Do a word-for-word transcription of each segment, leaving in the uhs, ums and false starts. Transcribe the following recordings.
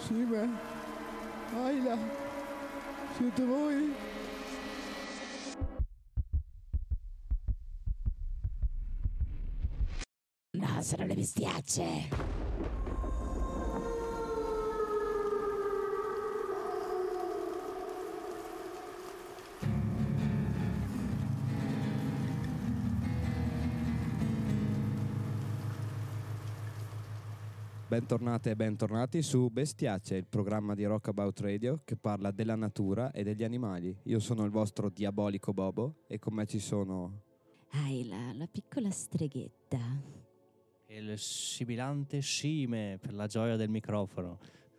Sime, Ayla, siete voi? No, sono le bestiacce. Bentornate e bentornati su Bestiacce, il programma di Rockabout Radio che parla della natura e degli animali. Io sono il vostro diabolico Bobo e con me ci sono... Ayla, la piccola streghetta. E il sibilante Sime, per la gioia del microfono.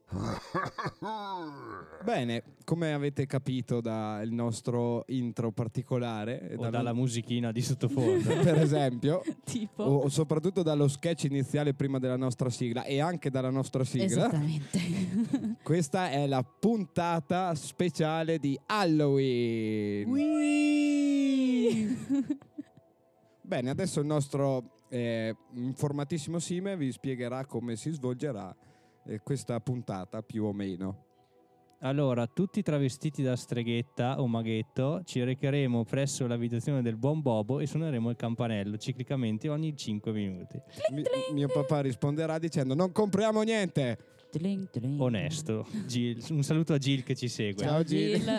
Bene, come avete capito dal nostro intro particolare... O dalla... dalla musichina di sottofondo. per esempio, Tipo. o soprattutto dallo sketch iniziale prima della nostra sigla e anche dalla nostra sigla. Esattamente. Questa è la puntata speciale di Halloween. Whee! Bene, adesso il nostro eh, informatissimo Sime vi spiegherà come si svolgerà eh, questa puntata più o meno. Allora, tutti travestiti da streghetta o maghetto, ci recheremo presso l'abitazione del buon Bobo e suoneremo il campanello ciclicamente ogni cinque minuti. Mi, mio papà risponderà dicendo: non compriamo niente. Tling, tling. Onesto. Gil, un saluto a Gil che ci segue. Ciao Gil.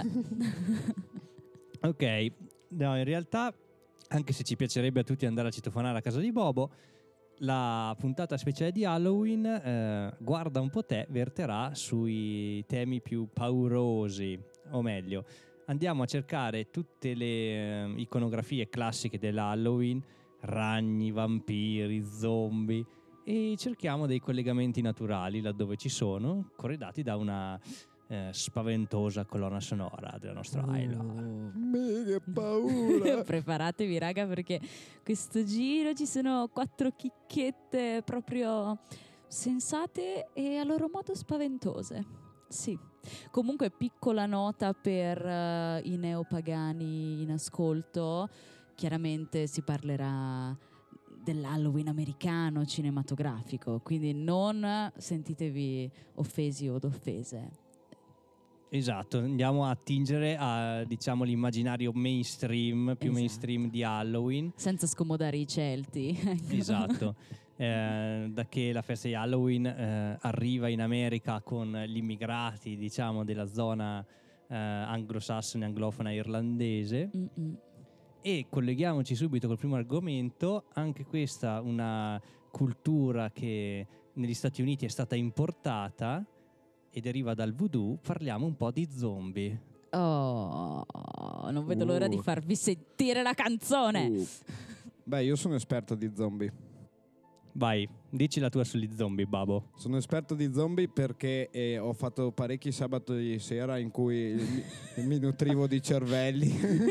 Ok, no, in realtà, anche se ci piacerebbe a tutti andare a citofonare a casa di Bobo, la puntata speciale di Halloween, eh, guarda un po' te, verterà sui temi più paurosi, o meglio, andiamo a cercare tutte le eh, iconografie classiche dell'Halloween, ragni, vampiri, zombie, e cerchiamo dei collegamenti naturali laddove ci sono, corredati da una eh, spaventosa colonna sonora della nostra Ayla. Oh. Me che paura. Preparatevi raga, perché questo giro ci sono quattro chicchette proprio sensate e a loro modo spaventose. Sì. Comunque piccola nota per uh, i neopagani in ascolto, chiaramente si parlerà dell'Halloween americano cinematografico, quindi non sentitevi offesi o offese. Esatto, andiamo a attingere a, diciamo, l'immaginario mainstream, più Esatto. mainstream di Halloween. Senza scomodare i Celti. Esatto, eh, da che la festa di Halloween eh, arriva in America con gli immigrati, diciamo, della zona eh, anglosassone, anglofona irlandese. Mm-mm. E colleghiamoci subito col primo argomento, anche questa una cultura che negli Stati Uniti è stata importata e deriva dal voodoo. Parliamo un po' di zombie. Oh, non vedo Uh. l'ora di farvi sentire la canzone. Uh. Beh, io sono esperto di zombie. Vai, dici la tua sugli zombie, Babo. Sono esperto di zombie perché eh, ho fatto parecchi sabato di sera in cui mi, mi nutrivo di cervelli.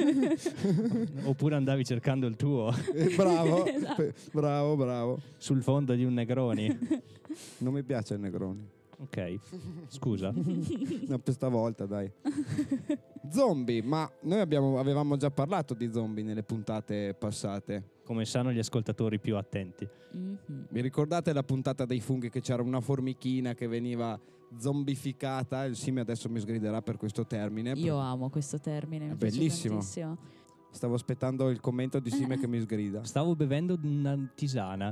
Oppure andavi cercando il tuo Eh, bravo, Esatto. pe- bravo, bravo. sul fondo di un Negroni. Non mi piace il Negroni. Ok, scusa. No, per stavolta, dai. Zombie, ma noi abbiamo, avevamo già parlato di zombie nelle puntate passate. Come sanno gli ascoltatori più attenti. Mm-hmm. Vi ricordate la puntata dei funghi che c'era una formichina che veniva zombificata? Il Sime adesso mi sgriderà per questo termine. Io amo questo termine, mi È piace bellissimo. tantissimo. Stavo aspettando il commento di Sime che mi sgrida. Stavo bevendo una tisana.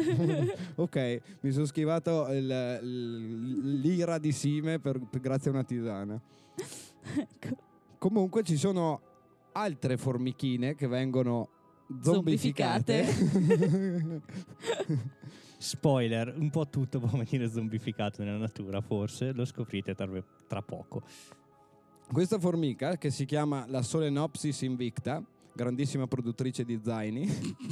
Ok, mi sono schivato il- il- l'ira di Sime per, per- grazie a una tisana. Ecco. Comunque ci sono altre formichine che vengono zombificate. Spoiler, un po' tutto può venire zombificato nella natura, forse. Lo scoprite tra, tra poco. Questa formica, che si chiama la Solenopsis invicta, grandissima produttrice di zaini.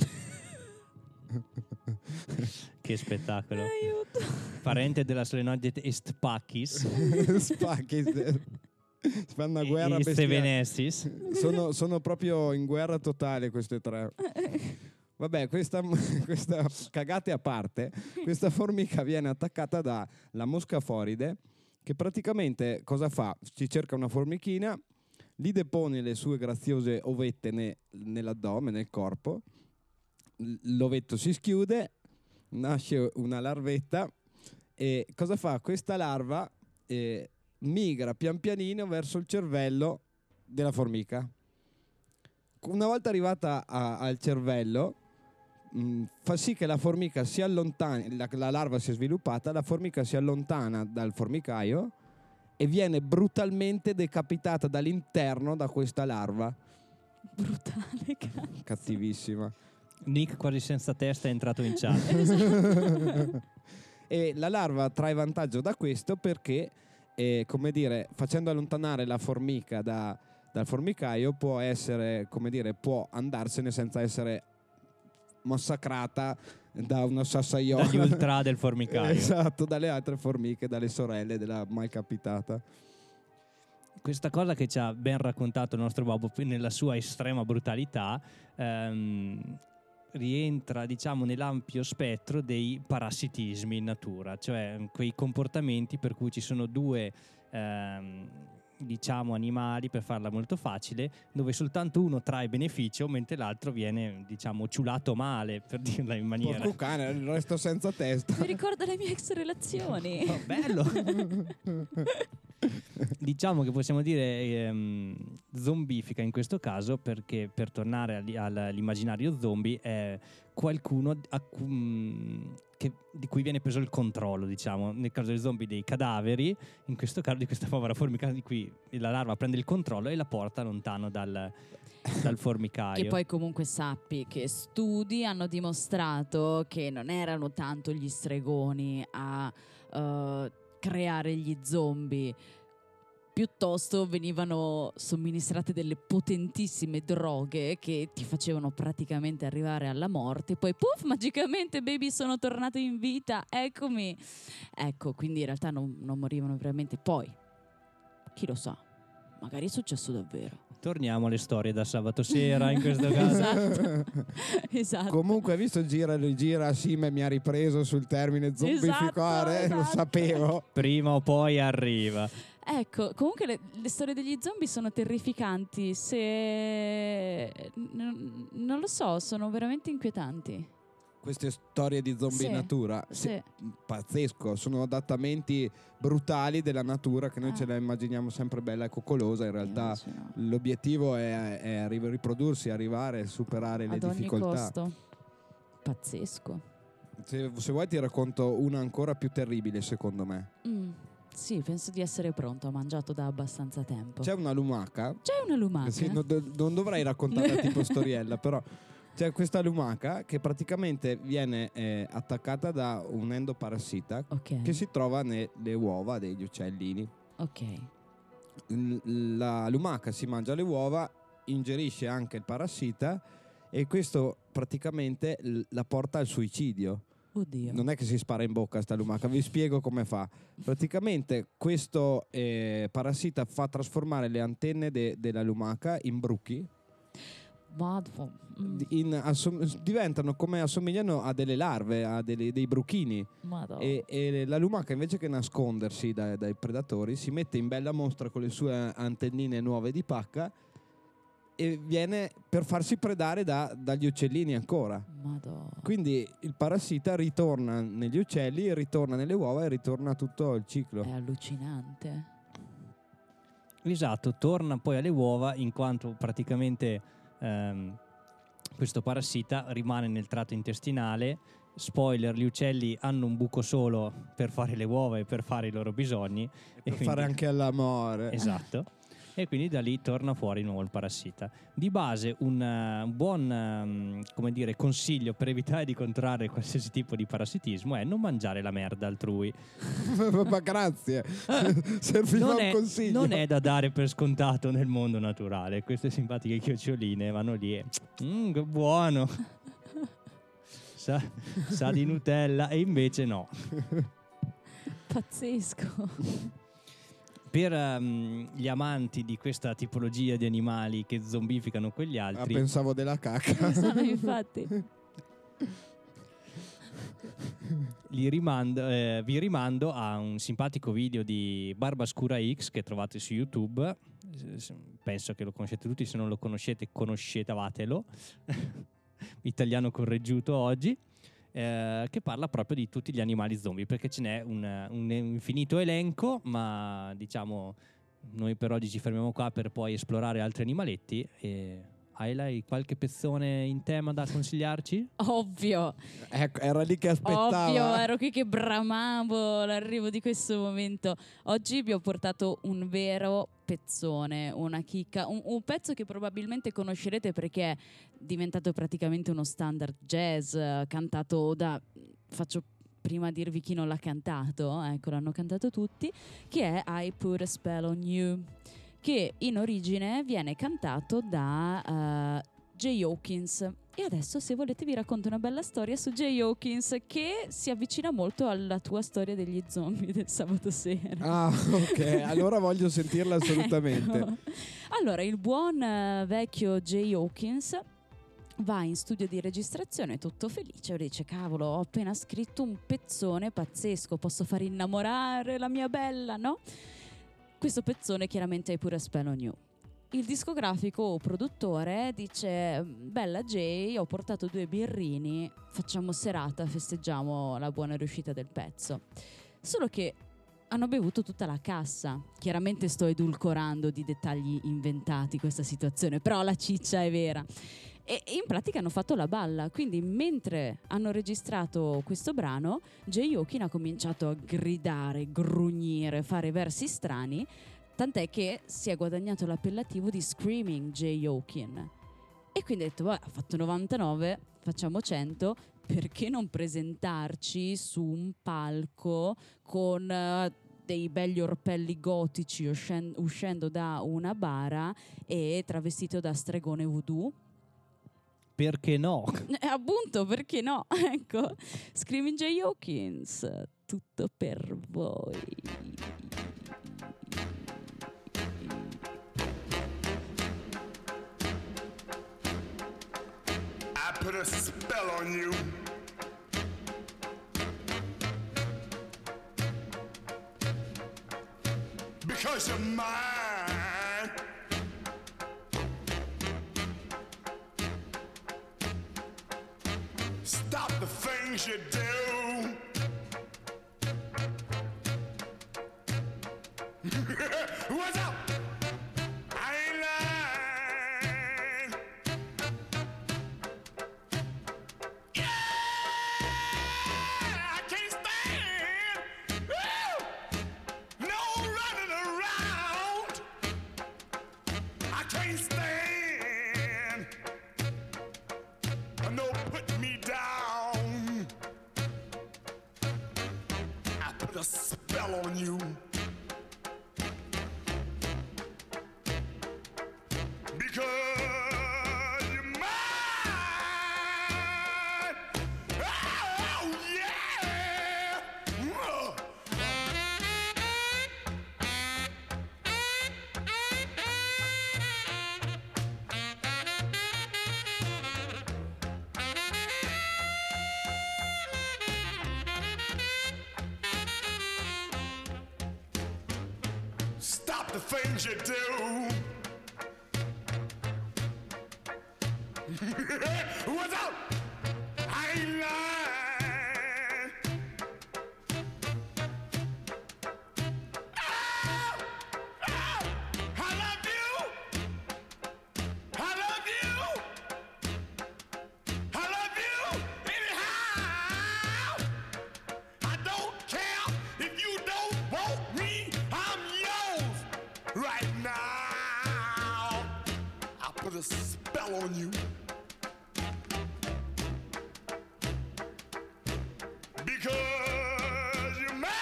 Che spettacolo. Aiuto. Parente della Solenodite Estpachis Spacchi. Si fanno una guerra e bestiale. Stevenessis. Sono, sono proprio in guerra totale queste tre. Vabbè, questa, questa cagate a parte, questa formica viene attaccata dalla moscaforide, che praticamente cosa fa? Si cerca una formichina, gli depone le sue graziose ovette ne- nell'addome, nel corpo, L- l'ovetto si schiude, nasce una larvetta e cosa fa? Questa larva eh, migra pian pianino verso il cervello della formica. Una volta arrivata a- al cervello, mh, fa sì che la formica si allontani, la, la larva si è sviluppata, la formica si allontana dal formicaio e viene brutalmente decapitata dall'interno da questa larva. Brutale, cazzo. Cattivissima. Nick quasi senza testa è entrato in chat. Esatto. E la larva trae vantaggio da questo perché, eh, come dire, facendo allontanare la formica da, dal formicaio può essere, come dire, può andarsene senza essere massacrata da una sassaiola. Dagli ultra del formicaio. Esatto, dalle altre formiche, dalle sorelle della mai capitata. Questa cosa che ci ha ben raccontato il nostro Bobo nella sua estrema brutalità ehm, rientra, diciamo, nell'ampio spettro dei parassitismi in natura, cioè quei comportamenti per cui ci sono due ehm, diciamo animali, per farla molto facile, dove soltanto uno trae beneficio mentre l'altro viene, diciamo, ciulato male, per dirla in maniera Porco cane, il resto senza testa. Mi ricorda le mie ex relazioni. Oh, bello. Diciamo che possiamo dire ehm, zombifica in questo caso, perché per tornare all- all'immaginario zombie è qualcuno a cu- mh, che, di cui viene preso il controllo, diciamo, nel caso dei zombie dei cadaveri, in questo caso di questa povera formica di cui la larva prende il controllo e la porta lontano dal, dal formicaio. Che poi comunque sappi che studi hanno dimostrato che non erano tanto gli stregoni a uh, creare gli zombie, piuttosto venivano somministrate delle potentissime droghe che ti facevano praticamente arrivare alla morte, poi puff, magicamente baby sono tornato in vita, eccomi. Ecco, quindi in realtà non, non morivano veramente. Poi, chi lo sa, magari è successo davvero. Torniamo alle storie da sabato sera in questo caso. Esatto. Esatto. Comunque, visto gira e rigira, Sime mi ha ripreso sul termine zombificare, Esatto, lo esatto. sapevo. Prima o poi arriva. Ecco, comunque le, le storie degli zombie sono terrificanti, se n- non lo so, sono veramente inquietanti. Queste storie di zombie Sì, in natura, sì. sì, pazzesco, sono adattamenti brutali della natura che noi Ah. ce la immaginiamo sempre bella e coccolosa, in realtà Invece no. l'obiettivo è, è arri- riprodursi, arrivare e superare le Ad ogni difficoltà. costo. Pazzesco. Se, se vuoi ti racconto una ancora più terribile, secondo me. Mm, sì, penso di essere pronto, ho mangiato da abbastanza tempo. C'è una lumaca. C'è una lumaca? Sì, non, non dovrei raccontarla tipo storiella, però c'è questa lumaca che praticamente viene eh, attaccata da un endoparassita Ok, che si trova nelle uova degli uccellini. ok. L- La lumaca si mangia le uova, ingerisce anche il parassita e questo praticamente l- la porta al suicidio. Oddio. Non è che si spara in bocca sta lumaca, vi spiego come fa. Praticamente questo eh, parassita fa trasformare le antenne de- della lumaca in bruchi. Madò. Mm, In assom- diventano come assomigliano a delle larve, a delle- dei bruchini. Madò. E, e la lumaca, invece che nascondersi dai, dai predatori, si mette in bella mostra con le sue antennine nuove di pacca e viene per farsi predare da- dagli uccellini ancora. Madò. Quindi il parassita ritorna negli uccelli, ritorna nelle uova e ritorna tutto il ciclo. È allucinante. Esatto, torna poi alle uova in quanto praticamente ehm, questo parassita rimane nel tratto intestinale. Spoiler, gli uccelli hanno un buco solo per fare le uova e per fare i loro bisogni. Per quindi- fare anche l'amore. Esatto. E quindi da lì torna fuori di nuovo il parassita. Di base un, eh, un buon ehm, come dire, consiglio per evitare di contrarre qualsiasi tipo di parassitismo è non mangiare la merda altrui. Ma grazie, serviva Non un è, consiglio. non è da dare per scontato nel mondo naturale. Queste simpatiche chioccioline vanno lì e "Mm, che buono, sa, sa di Nutella", e invece no. Pazzesco. Per ehm, gli amanti di questa tipologia di animali che zombificano quegli Ah, altri, pensavo della cacca. Esatto, infatti. li rimando, eh, vi rimando a un simpatico video di Barbascura X che trovate su YouTube. S- penso che lo conoscete tutti, se non lo conoscete conoscetevatelo. Italiano correggiuto oggi. eh, che parla proprio di tutti gli animali zombie, perché ce n'è un, un infinito elenco, ma diciamo noi per oggi ci fermiamo qua per poi esplorare altri animaletti. E hai qualche pezzone in tema da consigliarci? Ovvio, Ecco, era lì che aspettava. ovvio, ero qui che bramavo l'arrivo di questo momento. Oggi vi ho portato un vero pezzone, una chicca, un, un pezzo che probabilmente conoscerete perché è diventato praticamente uno standard jazz, eh, cantato da... faccio prima dirvi chi non l'ha cantato, ecco, l'hanno cantato tutti, che è I Put a Spell on You, che in origine viene cantato da uh, Jay Hawkins. E adesso, se volete, vi racconto una bella storia su Jay Hawkins che si avvicina molto alla tua storia degli zombie del sabato sera. Ah, ok, allora voglio sentirla assolutamente. Ecco. Allora, il buon uh, vecchio Jay Hawkins va in studio di registrazione tutto felice e dice: cavolo, ho appena scritto un pezzone pazzesco, posso far innamorare la mia bella, no? Questo pezzone chiaramente è pure Spell on You. Il discografico o produttore dice: bella Jay, ho portato due birrini, facciamo serata, festeggiamo la buona riuscita del pezzo. Solo che hanno bevuto tutta la cassa. Chiaramente sto edulcorando di dettagli inventati questa situazione, però la ciccia è vera. E in pratica hanno fatto la balla, quindi mentre hanno registrato questo brano Jay Hawkins ha cominciato a gridare, grugnire, fare versi strani, tant'è che si è guadagnato l'appellativo di Screaming Jay Hawkins. E quindi ha detto: ha fatto novantanove, facciamo cento, perché non presentarci su un palco con uh, dei belli orpelli gotici uscen- uscendo da una bara e travestito da stregone voodoo? Perché no? Eh, appunto, perché no? Ecco, Screaming Jay Hawkins, tutto per voi. I put a spell on you. Because you're mine. Stop the things you do. What's up? I ain't lying. Yeah, I can't stand. Woo! No running around. I can't stand. No put me down. I put a spell on you. Because you're mine. Oh, yeah. Whoa. Stop the things you do. What's up? I ain't lying. Oh, oh, I love you. I love you. I love you anyhow. I don't care if you don't want me. I'm yours right now. I put a spell on you. Because you're mine.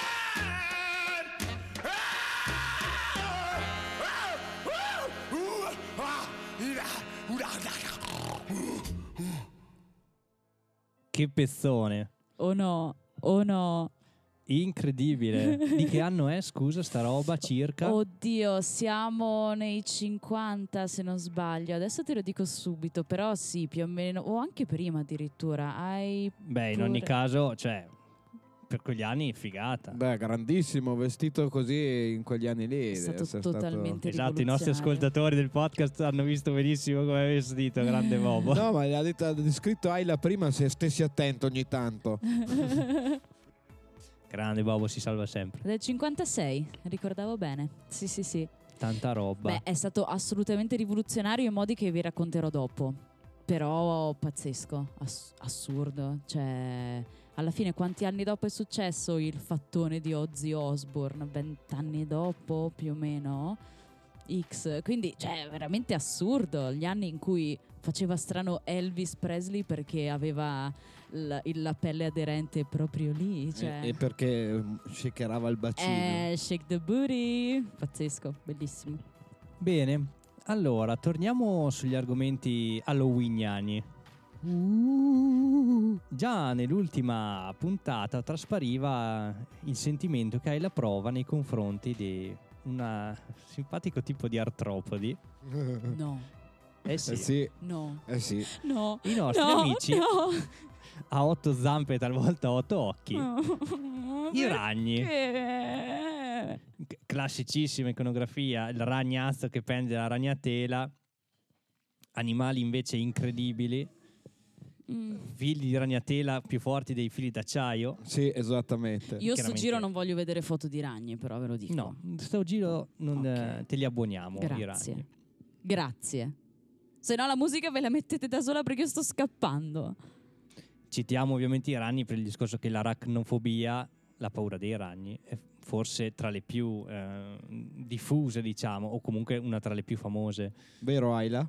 Ah, ah, ah, ooh, ah, ida, uda, uda. Che pezzone. Oh no, oh no. Incredibile. Di che anno è, scusa, sta roba circa? Oddio, siamo nei cinquanta se non sbaglio. Adesso te lo dico subito, però sì, più o meno, o anche prima addirittura. Hai Beh, in pure- ogni caso, cioè, per quegli anni figata. Beh, grandissimo, vestito così in quegli anni lì. È stato deve essere totalmente Esatto, i nostri rivoluzionario. ascoltatori del podcast hanno visto benissimo come è vestito, grande Bobo. No, ma ha detto, ha descritto Ayla prima, se stessi attento ogni tanto. Grande Bobo, si salva sempre. Del cinquantasei, ricordavo bene. Sì, sì, sì. Tanta roba. Beh, è stato assolutamente rivoluzionario in modi che vi racconterò dopo. Però pazzesco, ass- assurdo. Cioè, alla fine quanti anni dopo è successo il fattone di Ozzy Osbourne? Vent'anni dopo, più o meno? X. Quindi, cioè, veramente assurdo. Gli anni in cui faceva strano Elvis Presley perché aveva la, il- la pelle aderente proprio lì. Cioè. E, e perché mm, shakerava il bacino. Eh, shake the booty. Pazzesco, bellissimo. Bene, allora torniamo sugli argomenti halloweeniani. Già nell'ultima puntata traspariva il sentimento che Ayla prova nei confronti di un simpatico tipo di artropodi. No, Eh sì, Eh sì, no, eh sì. no. i nostri no, amici no. a otto zampe e talvolta a otto occhi. No. I ragni. Perché? C- Classicissima iconografia, il ragnazzo che pende la ragnatela, animali invece incredibili, Mm. fili di ragnatela più forti dei fili d'acciaio. Sì, esattamente. Io sto Chiaramente- giro non voglio vedere foto di ragni, però ve lo dico. No, sto giro non Ok. eh, te li abboniamo i Grazie. ragni. Grazie. Se no la musica ve la mettete da sola perché io sto scappando. Citiamo ovviamente i ragni per il discorso che l'aracnofobia, la paura dei ragni, è forse tra le più eh, diffuse, diciamo, o comunque una tra le più famose, Vero Ayla?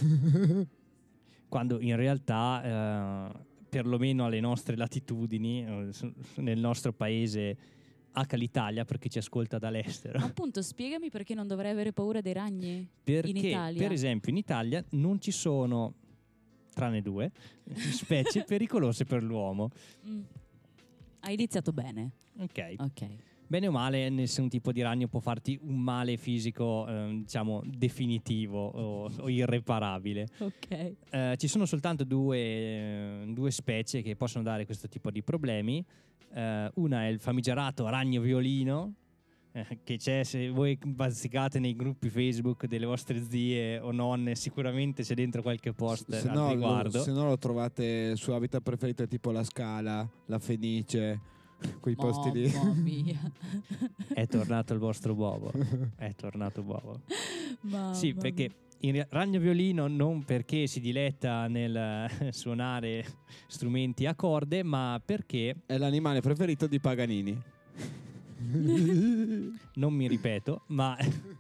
quando in realtà, eh, perlomeno alle nostre latitudini, eh, s- nel nostro paese H l'Italia, per chi ci ascolta dall'estero, Appunto, spiegami perché non dovrei avere paura dei ragni. perché Italia? per esempio in Italia non ci sono, tranne due, specie pericolose per l'uomo. Mm. Hai iniziato bene. Ok. Ok. Bene o male, nessun tipo di ragno può farti un male fisico, ehm, diciamo, definitivo o, o irreparabile. Ok. Eh, ci sono soltanto due, eh, due specie che possono dare questo tipo di problemi. Eh, una è il famigerato ragno violino, eh, che c'è, se voi bazzicate nei gruppi Facebook delle vostre zie o nonne, sicuramente c'è dentro qualche post Se al no, lo, riguardo. se no lo trovate su habitat preferito tipo la Scala, la Fenice, quei posti lì. Mamma mia. È tornato il vostro Bobo. È tornato Bobo. Mamma Sì, mia. perché il rea- ragno violino non perché si diletta nel eh, suonare strumenti a corde, ma perché, È l'animale preferito di Paganini. non mi ripeto, ma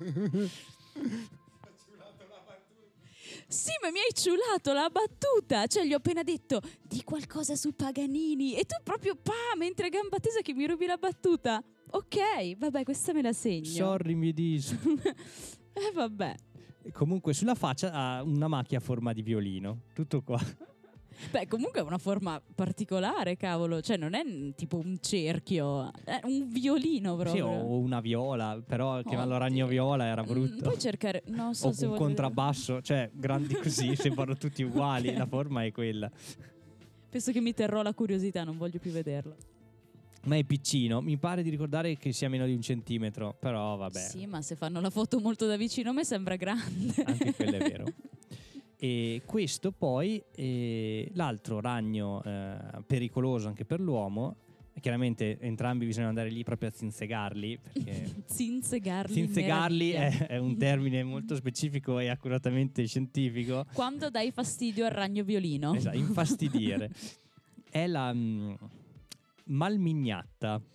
Sì, ma mi hai ciulato la battuta. Cioè, gli ho appena detto di qualcosa su Paganini. E tu proprio, pa, mentre gamba tesa che mi rubi la battuta. Ok, vabbè, questa me la segno. sorry mi dis. Eh, vabbè. Comunque sulla faccia ha una macchia a forma di violino. Tutto qua. Beh, comunque è una forma particolare, cavolo. Cioè, non è mm, tipo un cerchio, è un violino Sì, proprio. o una viola, però chiamarlo ragno Oddio. viola era Mm, brutto. puoi cercare, non so O se un voglio contrabbasso, cioè grandi così, sembrano tutti uguali, la forma è quella. vedere. Penso che mi terrò la curiosità, non voglio più vederlo. Ma è piccino, mi pare di ricordare che sia meno di un centimetro, però vabbè, Sì, ma se fanno la foto molto da vicino a me sembra grande. anche quello è vero. E questo poi, eh, l'altro ragno eh, pericoloso anche per l'uomo, chiaramente entrambi bisogna andare lì proprio a zinzegarli, perché Zinzegarli. zinzegarli meraviglia. è, è un termine molto specifico e accuratamente scientifico. Quando dai fastidio al ragno violino. Esatto, infastidire. È la mm, malmignatta.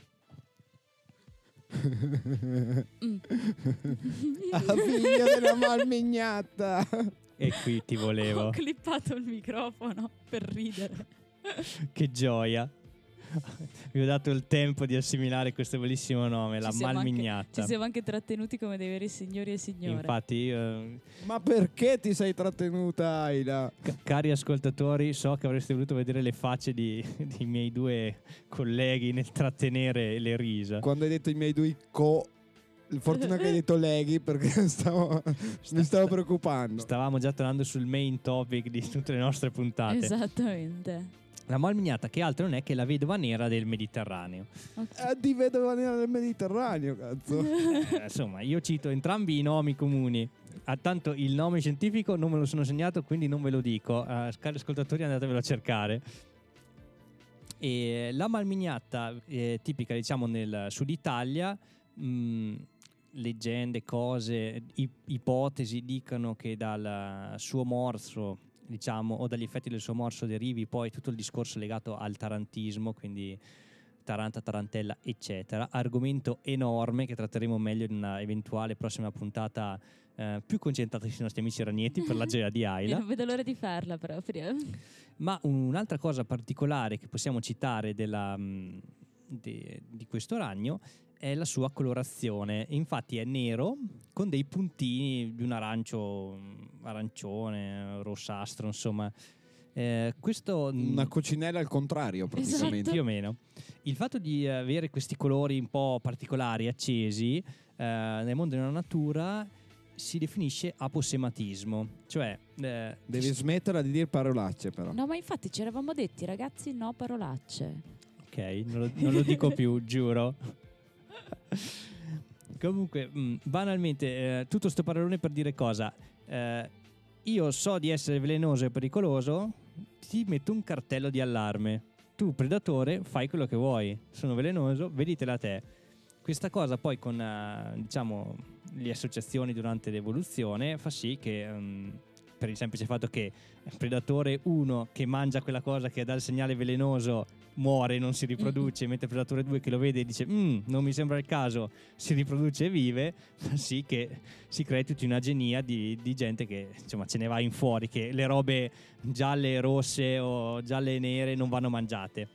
Mm. La figlia della malmignata. E qui ti Ho volevo. clippato il microfono per ridere. Che gioia. Vi ho dato il tempo di assimilare questo bellissimo nome, la Ci siamo anche- malmignatta. Ci siamo anche trattenuti come dei veri signori e signore. Infatti, eh, Ma perché ti sei trattenuta, Ayla? ca- cari ascoltatori, so che avreste voluto vedere le facce di, dei miei due colleghi nel trattenere le risa. Quando hai detto i miei due co... Fortuna che hai detto leghi perché stavo, mi stavo preoccupando. Stavamo già tornando sul main topic di tutte le nostre puntate. Esattamente. La malminiata che altro non è che la vedova nera del Mediterraneo. È di vedova nera del Mediterraneo, cazzo. Eh, insomma, io cito entrambi i nomi comuni. Ah, tanto il nome scientifico non me lo sono segnato, quindi non ve lo dico. Uh, cari ascoltatori, andatevelo a cercare. E la malminiata è tipica, diciamo, nel sud Italia. Mh, leggende, cose, i- ipotesi dicono che dal suo morso, diciamo, o dagli effetti del suo morso derivi poi tutto il discorso legato al tarantismo, quindi Taranta, tarantella, eccetera. Argomento enorme che tratteremo meglio in una eventuale prossima puntata eh, più concentrata sui nostri amici ragneti per la gioia di Io Ayla. non vedo l'ora di farla proprio. Ma un'altra cosa particolare che possiamo citare della, mh, de- di questo ragno è la sua colorazione. Infatti è nero con dei puntini di un arancio, arancione, rossastro, insomma. Eh, questo mh, Una coccinella al contrario, praticamente. Esatto. più o meno. Il fatto di avere questi colori un po' particolari, accesi, eh, nel mondo della natura si definisce aposematismo. Cioè, eh, Devi smetterla di dire parolacce, però. No, ma infatti ci eravamo detti, ragazzi, no parolacce. ok, non lo, non lo dico più, giuro. Comunque, mh, banalmente, eh, tutto sto parolone per dire cosa? Eh, io so di essere velenoso e pericoloso, ti metto un cartello di allarme. Tu, predatore, fai quello che vuoi. Sono velenoso, veditela te. Questa cosa poi con, eh, diciamo, le associazioni durante l'evoluzione fa sì che, mh, per il semplice fatto che predatore uno che mangia quella cosa che dà il segnale velenoso muore, non si riproduce, mentre predatore due che lo vede e dice "Mm, non mi sembra il caso", si riproduce e vive, fa sì che si crei tutta una genia di, di gente che, insomma, ce ne va in fuori, che le robe gialle, rosse o gialle e nere non vanno mangiate.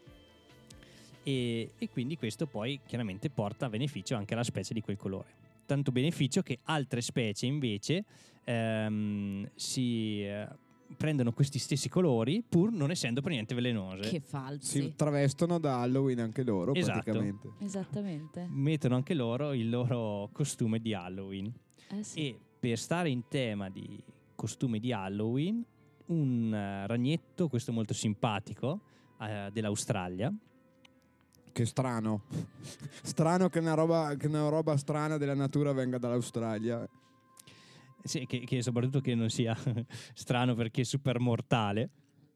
E, e quindi questo poi chiaramente porta a beneficio anche alla specie di quel colore. Tanto beneficio che altre specie invece ehm, si eh, prendono questi stessi colori pur non essendo per niente velenose. Che falsi. Si travestono da Halloween anche loro, Esatto. praticamente. Esattamente. Mettono anche loro il loro costume di Halloween. Eh sì. E per stare in tema di costume di Halloween, un eh, ragnetto, questo molto simpatico, eh, dell'Australia. Che strano. Strano che una roba, che una roba strana della natura venga dall'Australia. Sì, che, che soprattutto che non sia strano perché è super mortale.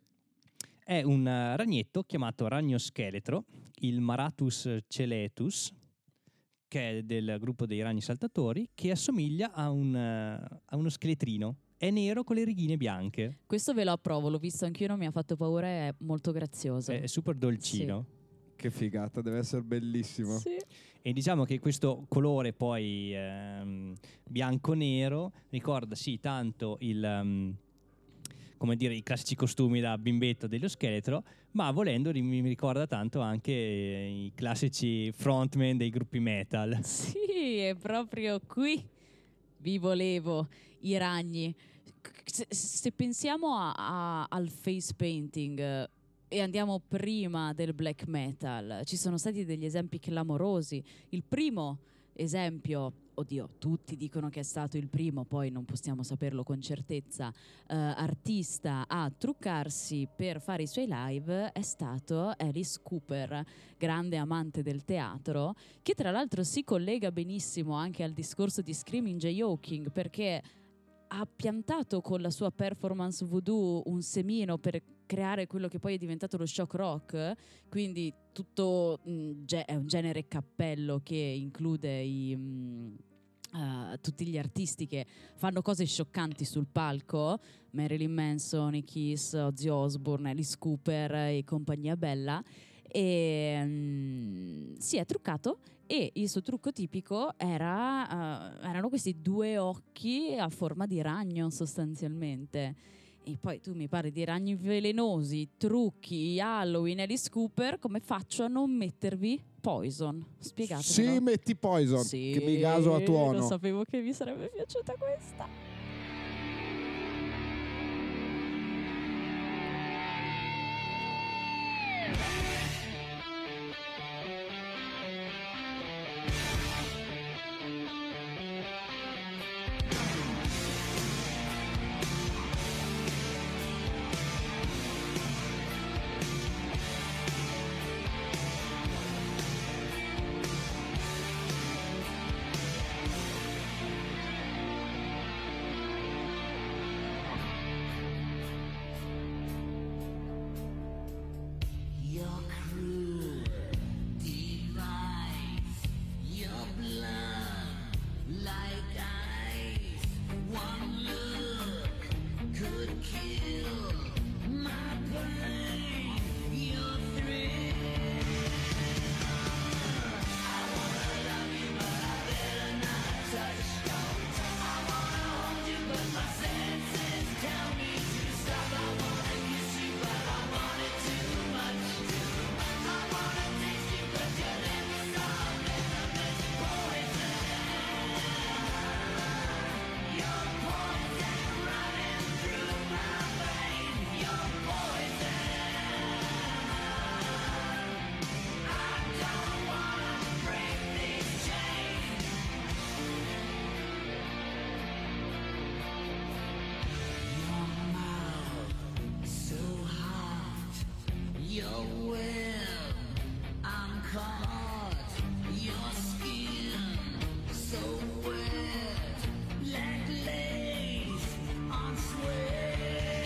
È un uh, ragnetto chiamato ragno scheletro, il Maratus celetus, che è del gruppo dei ragni saltatori, che assomiglia a, un, uh, a uno scheletrino. È nero con le righine bianche. Questo ve lo approvo, l'ho visto anch'io, non mi ha fatto paura, è molto grazioso. È, è super dolcino. Che figata, deve essere bellissimo. Sì. E diciamo che questo colore poi ehm, bianco-nero ricorda sì tanto il, um, come dire, i classici costumi da bimbetto dello scheletro, ma volendo ri- mi ricorda tanto anche eh, i classici frontman dei gruppi metal. Sì, è proprio qui vi volevo, i ragni. Se, se pensiamo a- a- al face painting eh, e andiamo prima del black metal, ci sono stati degli esempi clamorosi. Il primo esempio, oddio, tutti dicono che è stato il primo, poi non possiamo saperlo con certezza, eh, artista a truccarsi per fare i suoi live è stato Alice Cooper, grande amante del teatro, che tra l'altro si collega benissimo anche al discorso di Screaming Jay Hawking, perché ha piantato con la sua performance voodoo un semino per creare quello che poi è diventato lo shock rock, quindi tutto mh, ge- è un genere cappello che include i, mh, uh, tutti gli artisti che fanno cose scioccanti sul palco, Marilyn Manson, i Kiss, Ozzy Osbourne, Alice Cooper e compagnia bella, e mh, si è truccato. E il suo trucco tipico era, uh, erano questi due occhi a forma di ragno sostanzialmente. E poi tu mi parli di ragni velenosi, trucchi, Halloween, Alice Cooper, come faccio a non mettervi Poison? Spiegatemelo. Sì, metti Poison, Sì, che mi gaso a tuono. lo sapevo che vi sarebbe piaciuta questa. your web. I'm caught, your skin so wet, like lace on sweat.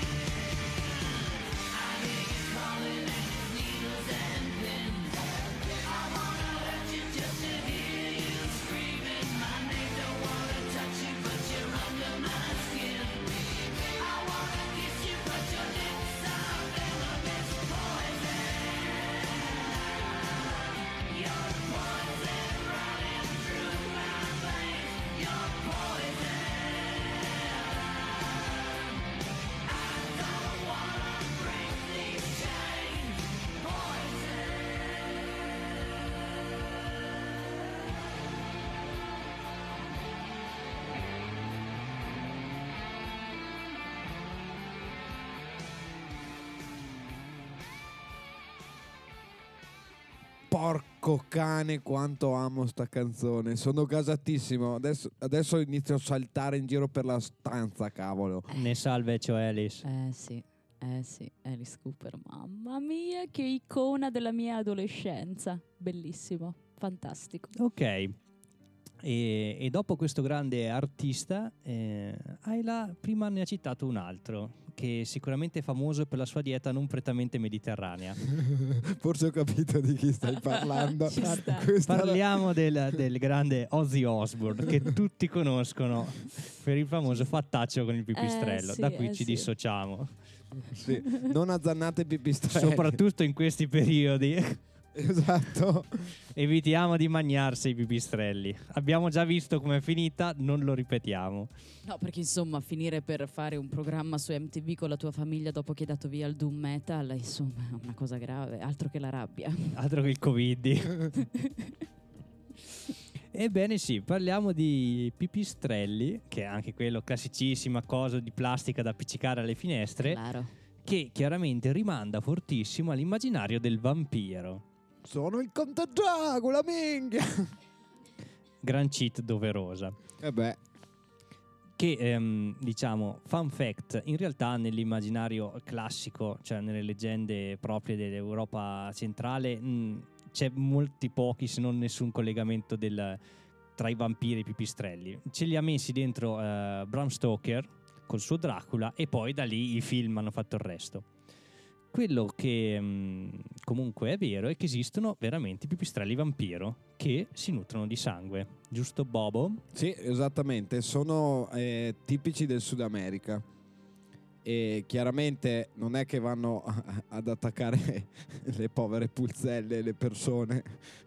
I hear you calling and it's needles and pins. I wanna hurt you just to hear you screaming my name. Don't wanna touch you, but you're under my skin. I wanna kiss you, but your lips are venomous poison. You're poison running through my veins. You're poison. I don't wanna break these chains. Poison. Porco cane, quanto amo sta canzone. Sono gasatissimo. Adesso, adesso inizio a saltare in giro per la stanza, cavolo. Ne salve, cioè Alice. Eh sì, eh sì, Alice Cooper, mamma mia, che icona della mia adolescenza. Bellissimo, fantastico. Ok. E, e dopo questo grande artista, eh, Ayla prima ne ha citato un altro che sicuramente è famoso per la sua dieta non prettamente mediterranea. Forse ho capito di chi stai parlando. Ci sta. Questa era- Parliamo del, del grande Ozzy Osbourne, che tutti conoscono per il famoso fattaccio con il pipistrello. Eh, sì, da qui eh, ci sì. dissociamo, Sì, non azzannate pipistrelli. soprattutto in questi periodi. Esatto. Evitiamo di mangiarsi i pipistrelli. Abbiamo già visto com'è finita, non lo ripetiamo. No, perché insomma, finire per fare un programma su M T V con la tua famiglia dopo che hai dato via il doom metal, insomma, è una cosa grave, altro che la rabbia. Altro che il Covid. Ebbene sì, parliamo di pipistrelli, che è anche quello classicissima cosa di plastica da appiccicare alle finestre, Claro. che chiaramente rimanda fortissimo all'immaginario del vampiro. Sono il Conte Dracula, minchia. Gran cheat doverosa. E beh, Che, ehm, diciamo, fun fact, in realtà nell'immaginario classico, cioè nelle leggende proprie dell'Europa centrale, mh, c'è molti pochi, se non nessun collegamento del, tra i vampiri e i pipistrelli. Ce li ha messi dentro eh, Bram Stoker col suo Dracula e poi da lì i film hanno fatto il resto. Quello che mh, comunque è vero è che esistono veramente i pipistrelli vampiro che si nutrono di sangue, giusto Bobo? sì, esattamente. Sono eh, tipici del Sud America. E chiaramente non è che vanno a- ad attaccare le povere pulzelle, le persone.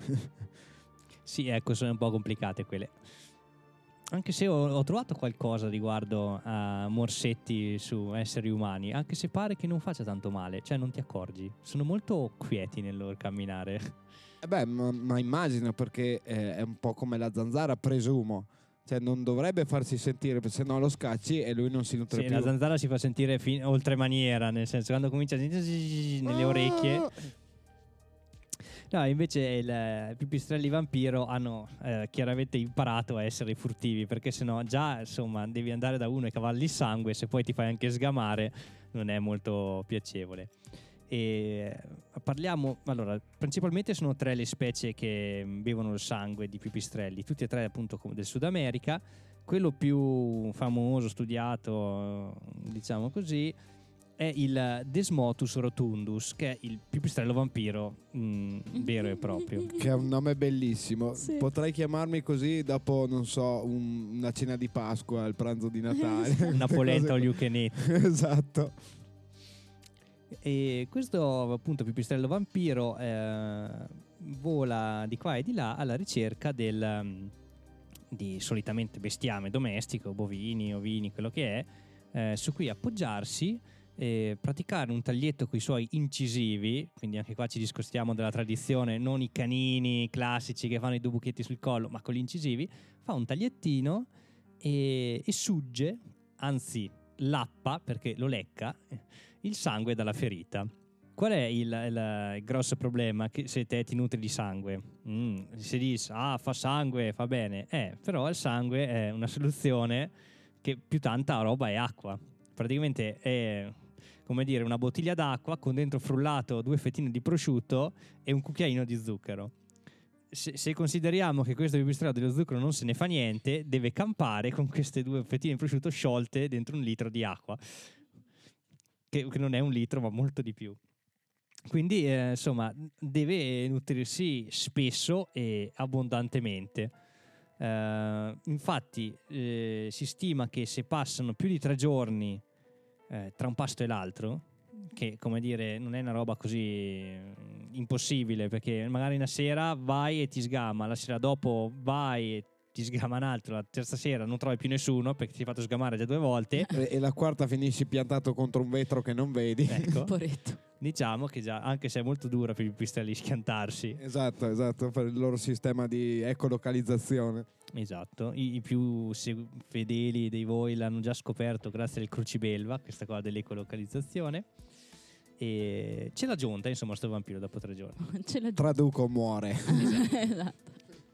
Sì, ecco, sono un po' complicate quelle. Anche se ho, ho trovato qualcosa riguardo a morsetti su esseri umani, anche se pare che non faccia tanto male, cioè non ti accorgi. Sono molto quieti nel loro camminare. Eh beh, ma, ma immagino, perché eh, è un po' come la zanzara, presumo. Cioè non dovrebbe farsi sentire, perché se no lo scacci e lui non si nutre Sì, più. la zanzara si fa sentire fin- oltre maniera, nel senso quando comincia a nelle orecchie. Ah! No, invece il- i pipistrelli vampiro hanno eh, chiaramente imparato a essere furtivi, perché sennò già insomma devi andare da uno e cavalli il sangue, se poi ti fai anche sgamare non è molto piacevole. E parliamo, allora, principalmente sono tre le specie che bevono il sangue di pipistrelli, tutti e tre appunto come del Sud America. Quello più famoso, studiato, diciamo così, è il Desmotus rotundus, che è il pipistrello vampiro mh, vero e proprio. Che è un nome bellissimo. Sì. Potrei chiamarmi così dopo, non so, un- una cena di Pasqua, il pranzo di Natale. Una Queste polenta cose all qua. you can eat. Esatto. E questo appunto pipistrello vampiro eh, vola di qua e di là alla ricerca del, um, di solitamente bestiame domestico, bovini, ovini, quello che è, eh, su cui appoggiarsi, eh, praticare un taglietto con i suoi incisivi, quindi anche qua ci discostiamo dalla tradizione, non i canini classici che fanno i due buchetti sul collo, ma con gli incisivi, fa un tagliettino e, e sugge, anzi lappa, perché lo lecca, il sangue dalla ferita. Qual è il, il, il grosso problema? Che se te ti nutri di sangue, mm, si dice, ah, fa sangue, fa bene, eh, però il sangue è una soluzione che più tanta roba è acqua. Praticamente è come dire, una bottiglia d'acqua con dentro frullato due fettine di prosciutto e un cucchiaino di zucchero. Se, se consideriamo che questo pipistrello dello zucchero non se ne fa niente, deve campare con queste due fettine di prosciutto sciolte dentro un litro di acqua, che, che non è un litro ma molto di più. Quindi eh, insomma deve nutrirsi spesso e abbondantemente. Uh, infatti eh, si stima che se passano più di tre giorni eh, tra un pasto e l'altro, che come dire non è una roba così impossibile, perché magari una sera vai e ti sgama, la sera dopo vai e ti sgama un altro, la terza sera non trovi più nessuno perché ti hai fatto sgamare già due volte E, e la quarta finisci piantato contro un vetro che non vedi. ecco, Poretto. diciamo che già, anche se è molto dura per i pipistrelli schiantarsi. Esatto, esatto, per il loro sistema di ecolocalizzazione. Esatto, i, i più segu- fedeli dei voi l'hanno già scoperto grazie al crucibelva, questa cosa dell'ecolocalizzazione, e ce l'ha giunta insomma sto vampiro dopo tre giorni. Ce l'ha Traduco, muore. Esatto.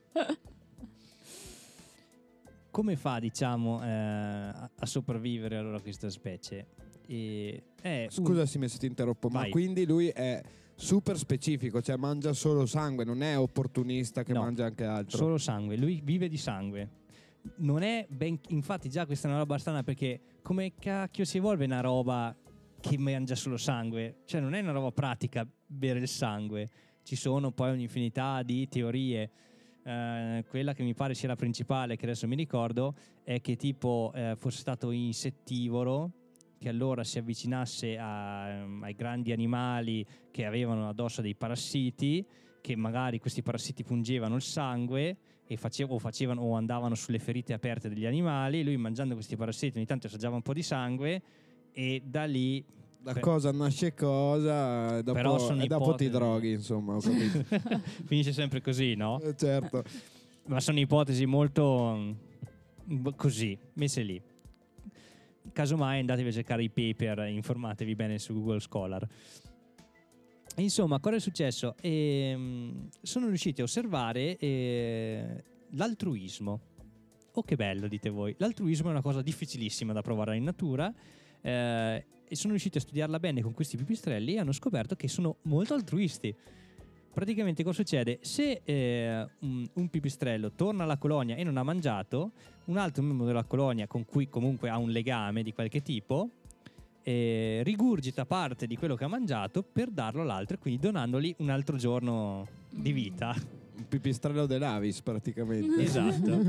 Come fa, diciamo, eh, a a sopravvivere allora questa specie? E, è un- Scusa se ti interrompo, ma Vai. quindi lui è super specifico, cioè mangia solo sangue, non è opportunista che No, mangia anche altro. solo sangue, lui vive di sangue. Non è ben, infatti già questa è una roba strana, perché come cacchio si evolve una roba che mangia solo sangue? Cioè non è una roba pratica bere il sangue. Ci sono poi un'infinità di teorie. Eh, quella che mi pare sia la principale, che adesso mi ricordo, è che tipo eh, fosse stato insettivoro, che allora si avvicinasse a- ai grandi animali che avevano addosso dei parassiti, che magari questi parassiti pungevano il sangue e facev- o facevano o andavano sulle ferite aperte degli animali. Lui, mangiando questi parassiti, ogni tanto assaggiava un po' di sangue e da lì Da que- cosa nasce cosa, e dopo, Però sono e dopo ti ipotesi. droghi, insomma, ho capito. finisce sempre così, no? Eh, certo. Ma sono ipotesi molto mm, così, messe lì. Casomai andatevi a cercare i paper, informatevi bene su Google Scholar. Insomma, cosa è successo? Ehm, sono riusciti a osservare eh, l'altruismo. Oh, che bello, dite voi. L'altruismo è una cosa difficilissima da provare in natura, eh, e sono riusciti a studiarla bene con questi pipistrelli e hanno scoperto che sono molto altruisti. Praticamente cosa succede? Se eh, un, un pipistrello torna alla colonia e non ha mangiato, un altro membro della colonia con cui comunque ha un legame di qualche tipo eh, rigurgita parte di quello che ha mangiato per darlo all'altro, e quindi donandogli un altro giorno di vita. Un pipistrello dell'Avis, praticamente. Esatto.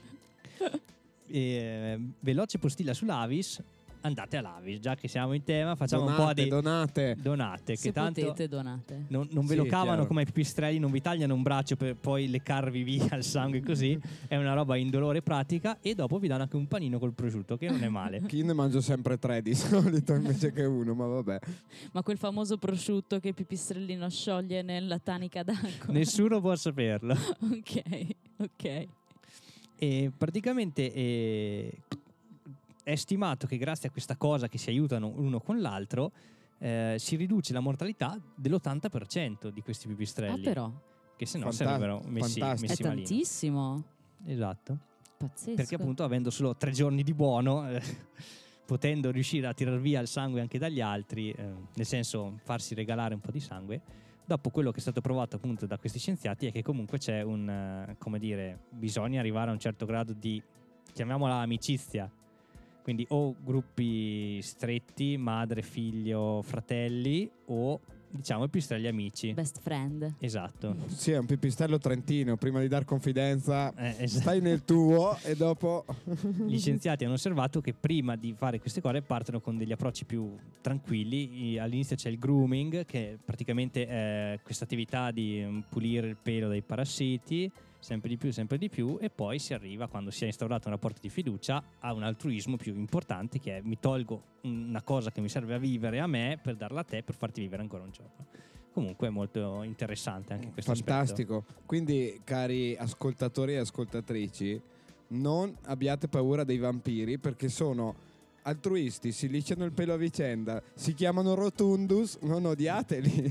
E, veloce postilla sull'Avis, andate all'Avis, già che siamo in tema, facciamo donate, un po' di donate. donate, Se che tanto potete, donate. non, non ve Sì, lo cavano chiaro. come ai pipistrelli, non vi tagliano un braccio per poi leccarvi via il sangue così. È una roba indolore, pratica, e dopo vi danno anche un panino col prosciutto, che non è male. Io ne mangio sempre tre di solito invece che uno, ma vabbè. Ma quel famoso prosciutto che il pipistrellino scioglie nella tanica d'acqua. Nessuno può saperlo. Ok, ok. E praticamente eh, è stimato che grazie a questa cosa, che si aiutano l'uno con l'altro, eh, si riduce la mortalità dell'ottanta per cento di questi Ah, pipistrelli, però. che se no Fanta- sarebbero messi, fantastico. messi È malino. tantissimo. Esatto. Pazzesco. Perché appunto, avendo solo tre giorni di buono, eh, potendo riuscire a tirar via il sangue anche dagli altri, eh, nel senso farsi regalare un po' di sangue, dopo quello che è stato provato appunto da questi scienziati è che comunque c'è un, eh, come dire, bisogna arrivare a un certo grado di, chiamiamola amicizia, quindi o gruppi stretti, madre, figlio, fratelli, o diciamo i pipistrelli amici. Best friend. Esatto. Sì, è un pipistrello trentino, prima di dar confidenza Eh, esatto. stai nel tuo e dopo... Gli scienziati hanno osservato che prima di fare queste cose partono con degli approcci più tranquilli. I- All'inizio c'è il grooming, che praticamente è questa attività di mm, pulire il pelo dai parassiti, sempre di più, sempre di più, e poi si arriva, quando si è instaurato un rapporto di fiducia, a un altruismo più importante, che è: mi tolgo una cosa che mi serve a vivere a me per darla a te, per farti vivere ancora un giorno. Comunque è molto interessante anche questo aspetto. Fantastico. Quindi, cari ascoltatori e ascoltatrici, non abbiate paura dei vampiri, perché sono altruisti, si lisciano il pelo a vicenda, si chiamano rotundus, non odiateli.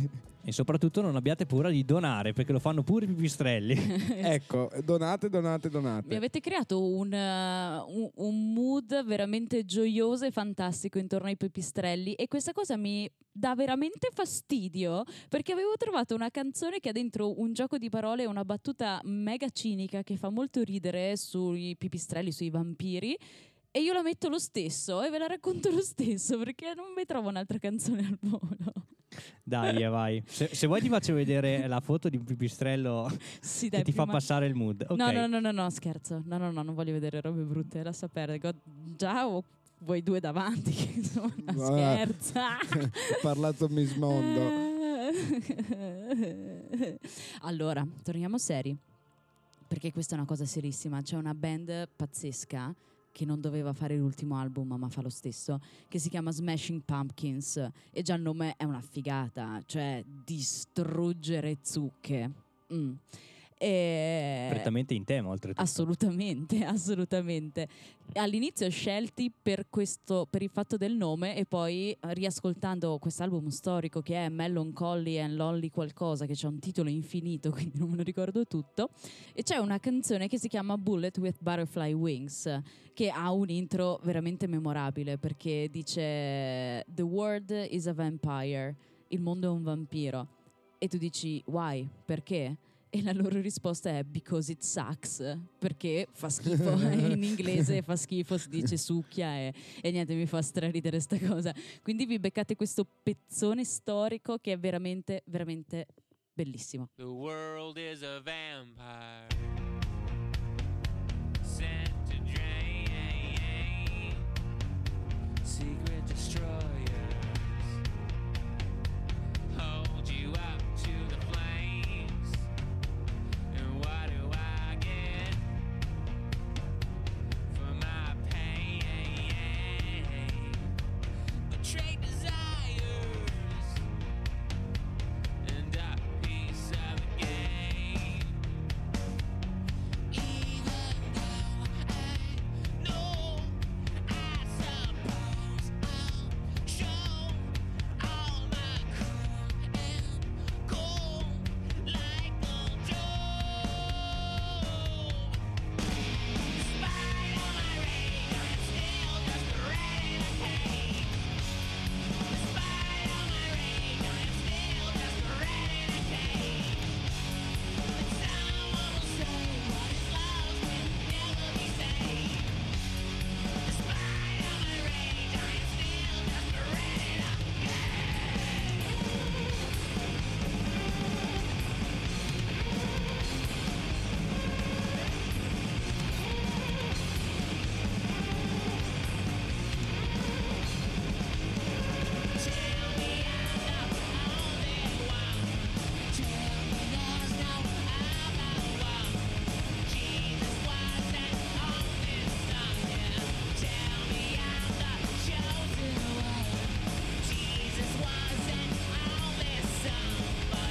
E soprattutto non abbiate paura di donare, perché lo fanno pure i pipistrelli. Ecco, donate, donate, donate. Mi avete creato un, uh, un, un mood veramente gioioso e fantastico intorno ai pipistrelli, e questa cosa mi dà veramente fastidio, perché avevo trovato una canzone che ha dentro un gioco di parole e una battuta mega cinica che fa molto ridere sui pipistrelli, sui vampiri, e io la metto lo stesso e ve la racconto lo stesso perché non mi trovo un'altra canzone al volo. Dai, eh, vai. Se, se vuoi ti faccio vedere la foto di un pipistrello Sì, dai, che ti fa prima- passare il mood. Ok. No, no, no, no, no, scherzo. No, no, no, non voglio vedere robe brutte, lascia perdere. Go- Già ho voi due davanti, che insomma, Guarda, scherza. Ha parlato Miss Mondo. Allora, torniamo seri, perché questa è una cosa serissima. C'è una band pazzesca che non doveva fare l'ultimo album ma fa lo stesso, che si chiama Smashing Pumpkins, e già il nome è una figata, cioè distruggere zucche. Mm. E... Prettamente in tema, oltretutto. Assolutamente, assolutamente. All'inizio scelti per questo, per il fatto del nome, e poi riascoltando quest'album storico che è Melancholy and Lonely qualcosa, che c'è un titolo infinito, quindi non me lo ricordo tutto, e c'è una canzone che si chiama Bullet with Butterfly Wings, che ha un intro veramente memorabile, perché dice The world is a vampire, il mondo è un vampiro, e tu dici why? Perché? E la loro risposta è because it sucks, perché fa schifo. In inglese fa schifo, si dice succhia, e, e niente, mi fa straridere sta cosa. Quindi vi beccate questo pezzone storico che è veramente, veramente bellissimo. The world is a vampire sent to drain. Secret destroyers hold you up to the flames. And what do I get for my pain? Betrayed desires and a piece of the game. Even though I know, I suppose I'll show all my cruel and cold like a Joe. Despite all my rage, I'm still just a rat in a cage. Despite all my rage, I'm still just a rat in a cage. But someone will say what is lost can never be saved. Despite all my rage, I'm still just a rat in a Tell me I'm the only one. Tell me there's no other one. Jesus wasn't on this song, yeah. Tell me I'm the chosen one. Jesus wasn't on this song, but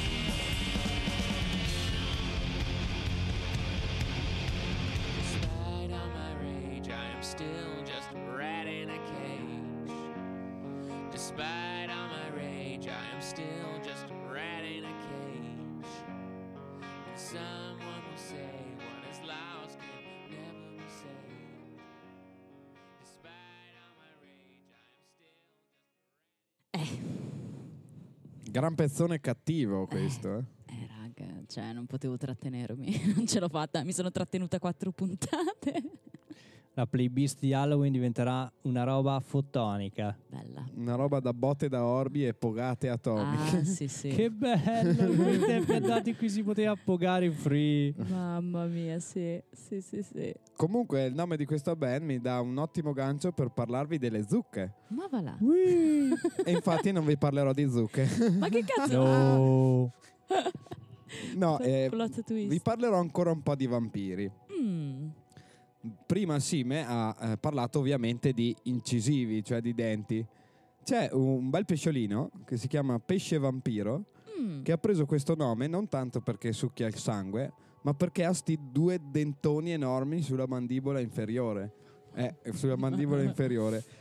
yeah. Despite all my rage, I am still just a rat in a cage. Despite all my rage, I am still just a rat in a cage. And someone will say what is lost can never be saved. Despite all my rage, I am still just a rat. Eh, Gran pezzone cattivo questo, eh. eh raga, cioè non potevo trattenermi, non ce l'ho fatta, mi sono trattenuta quattro puntate. La playlist di Halloween diventerà una roba fotonica. Bella. Una roba da botte da orbi e pogate atomiche. Ah, sì, sì. Che bello! Quei tempi andati qui si poteva pogare in free. Mamma mia, sì, sì, sì, sì. Comunque il nome di questa band mi dà un ottimo gancio per parlarvi delle zucche. Ma va là. E infatti non vi parlerò di zucche. Ma che cazzo? No. No, eh, Plot twist. vi parlerò ancora un po' di vampiri. Mm. Prima Sime ha eh, parlato ovviamente di incisivi, cioè di denti. C'è un bel pesciolino che si chiama pesce vampiro, Mm. che ha preso questo nome non tanto perché succhia il sangue, ma perché ha sti due dentoni enormi sulla mandibola inferiore. Eh, sulla mandibola inferiore.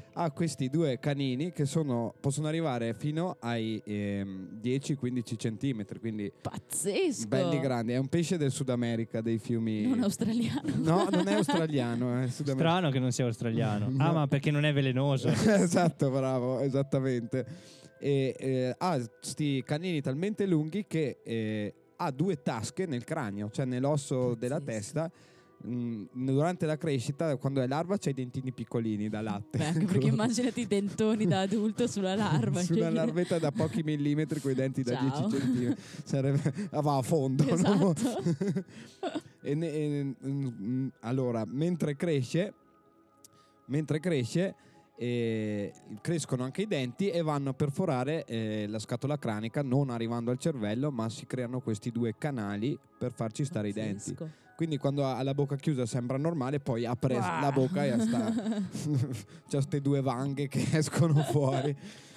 ha questi due canini che sono, possono arrivare fino ai ehm, dieci quindici centimetri, quindi Pazzesco. belli grandi. È un pesce del Sud America, dei fiumi. Non australiano. No, non è australiano, è sudamericano. Strano che non sia australiano. Ah, ma perché non è velenoso. Esatto, bravo, esattamente. E eh, ha sti canini talmente lunghi che eh, ha due tasche nel cranio, cioè nell'osso della testa. Mm, durante la crescita, quando è larva, c'ha i dentini piccolini da latte. Beh, anche perché immaginati i dentoni da adulto sulla larva. Sulla cioè- larvetta da pochi millimetri con i denti da Ciao. dieci centimetri. Sarebbe, ah, va a fondo. no? Esatto. E ne- e- mm, allora, mentre cresce, mentre cresce, eh, crescono anche i denti e vanno a perforare eh, la scatola cranica, non arrivando al cervello, ma si creano questi due canali per farci stare i denti. Pazzesco. Quindi quando ha la bocca chiusa sembra normale, poi apre Wow. la bocca e sta c'ha queste due vanghe che escono fuori.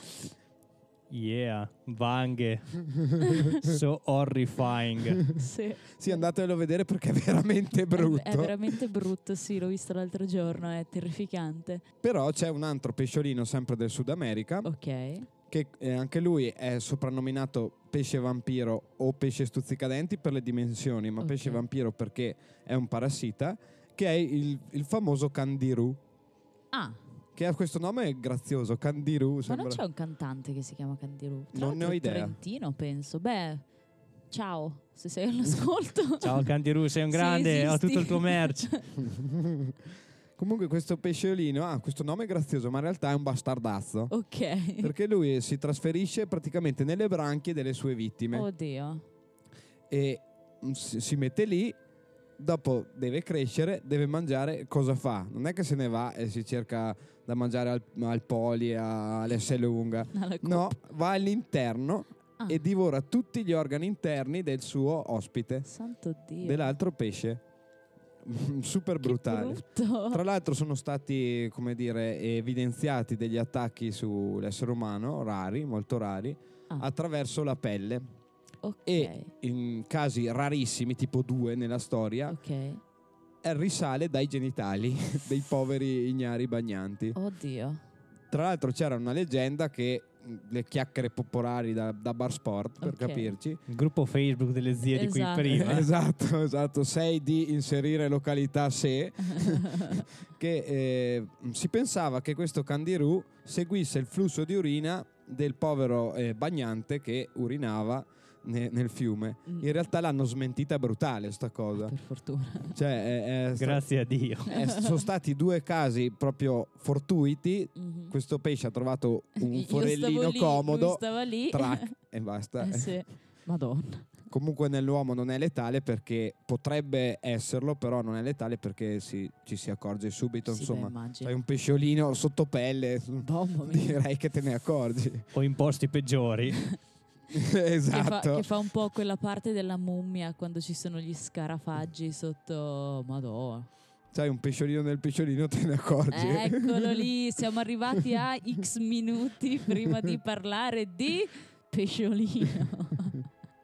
Yeah, vanghe. So horrifying. Sì. Sì, andatelo a vedere perché è veramente brutto. È, è veramente brutto, sì, l'ho visto l'altro giorno, è terrificante. Però c'è un altro pesciolino sempre del Sud America Ok. che eh, anche lui è soprannominato pesce vampiro o pesce stuzzicadenti per le dimensioni, ma Ok. pesce vampiro perché è un parassita, che è il, il famoso candiru, Ah, che ha questo nome grazioso, candiru. ma Sembra... non c'è un cantante che si chiama Candiru? Tra Non ne ho l'altro idea. Trentino, penso. Beh, ciao, se sei all'ascolto. Ciao Candiru, sei un Sì, grande, ho esisti. tutto il tuo merch. Comunque questo pesciolino ha questo nome grazioso, ma in realtà è un bastardazzo. Ok. Perché lui si trasferisce praticamente nelle branchie delle sue vittime Oddio. e mm, si, si mette lì, dopo deve crescere, deve mangiare, cosa fa? Non è che se ne va e si cerca da mangiare al, al poli, all'S lunga. Alla No, coppa. va all'interno Ah. e divora tutti gli organi interni del suo ospite, Santo Dio. dell'altro pesce. Super Che brutale. brutto. Tra l'altro sono stati, come dire, evidenziati degli attacchi sull'essere umano, rari, molto rari, Ah. attraverso la pelle. Ok. E in casi rarissimi, tipo due nella storia, Ok. eh, risale dai genitali dei poveri ignari bagnanti. Oddio. Tra l'altro c'era una leggenda che mh, le chiacchiere popolari da, da bar sport, per Ok. capirci. Il gruppo Facebook delle zie di Esatto. qui prima. Esatto, esatto, sei di inserire località se che eh, si pensava che questo candiru seguisse il flusso di urina del povero eh, bagnante che urinava ne- nel fiume. Mm. In realtà l'hanno smentita brutale sta cosa. Per fortuna. Cioè, è- è sta- Grazie a Dio. è- sono stati due casi proprio fortuiti. Mhm. Questo pesce ha trovato un Io forellino stavo lì, comodo, lui stava lì. trac, e basta. Eh sì. Madonna. Comunque nell'uomo non è letale perché potrebbe esserlo, però non è letale perché si- ci si accorge subito. Sì, Insomma, beh, immagino. hai un pesciolino sotto pelle, Mamma mia. direi che te ne accorgi. O in posti peggiori. Che fa, Esatto. che fa un po' quella parte della mummia quando ci sono gli scarafaggi sotto. Madonna. C'hai un pesciolino nel pesciolino, te ne accorgi. Eccolo lì, siamo arrivati a X minuti prima di parlare di pesciolino.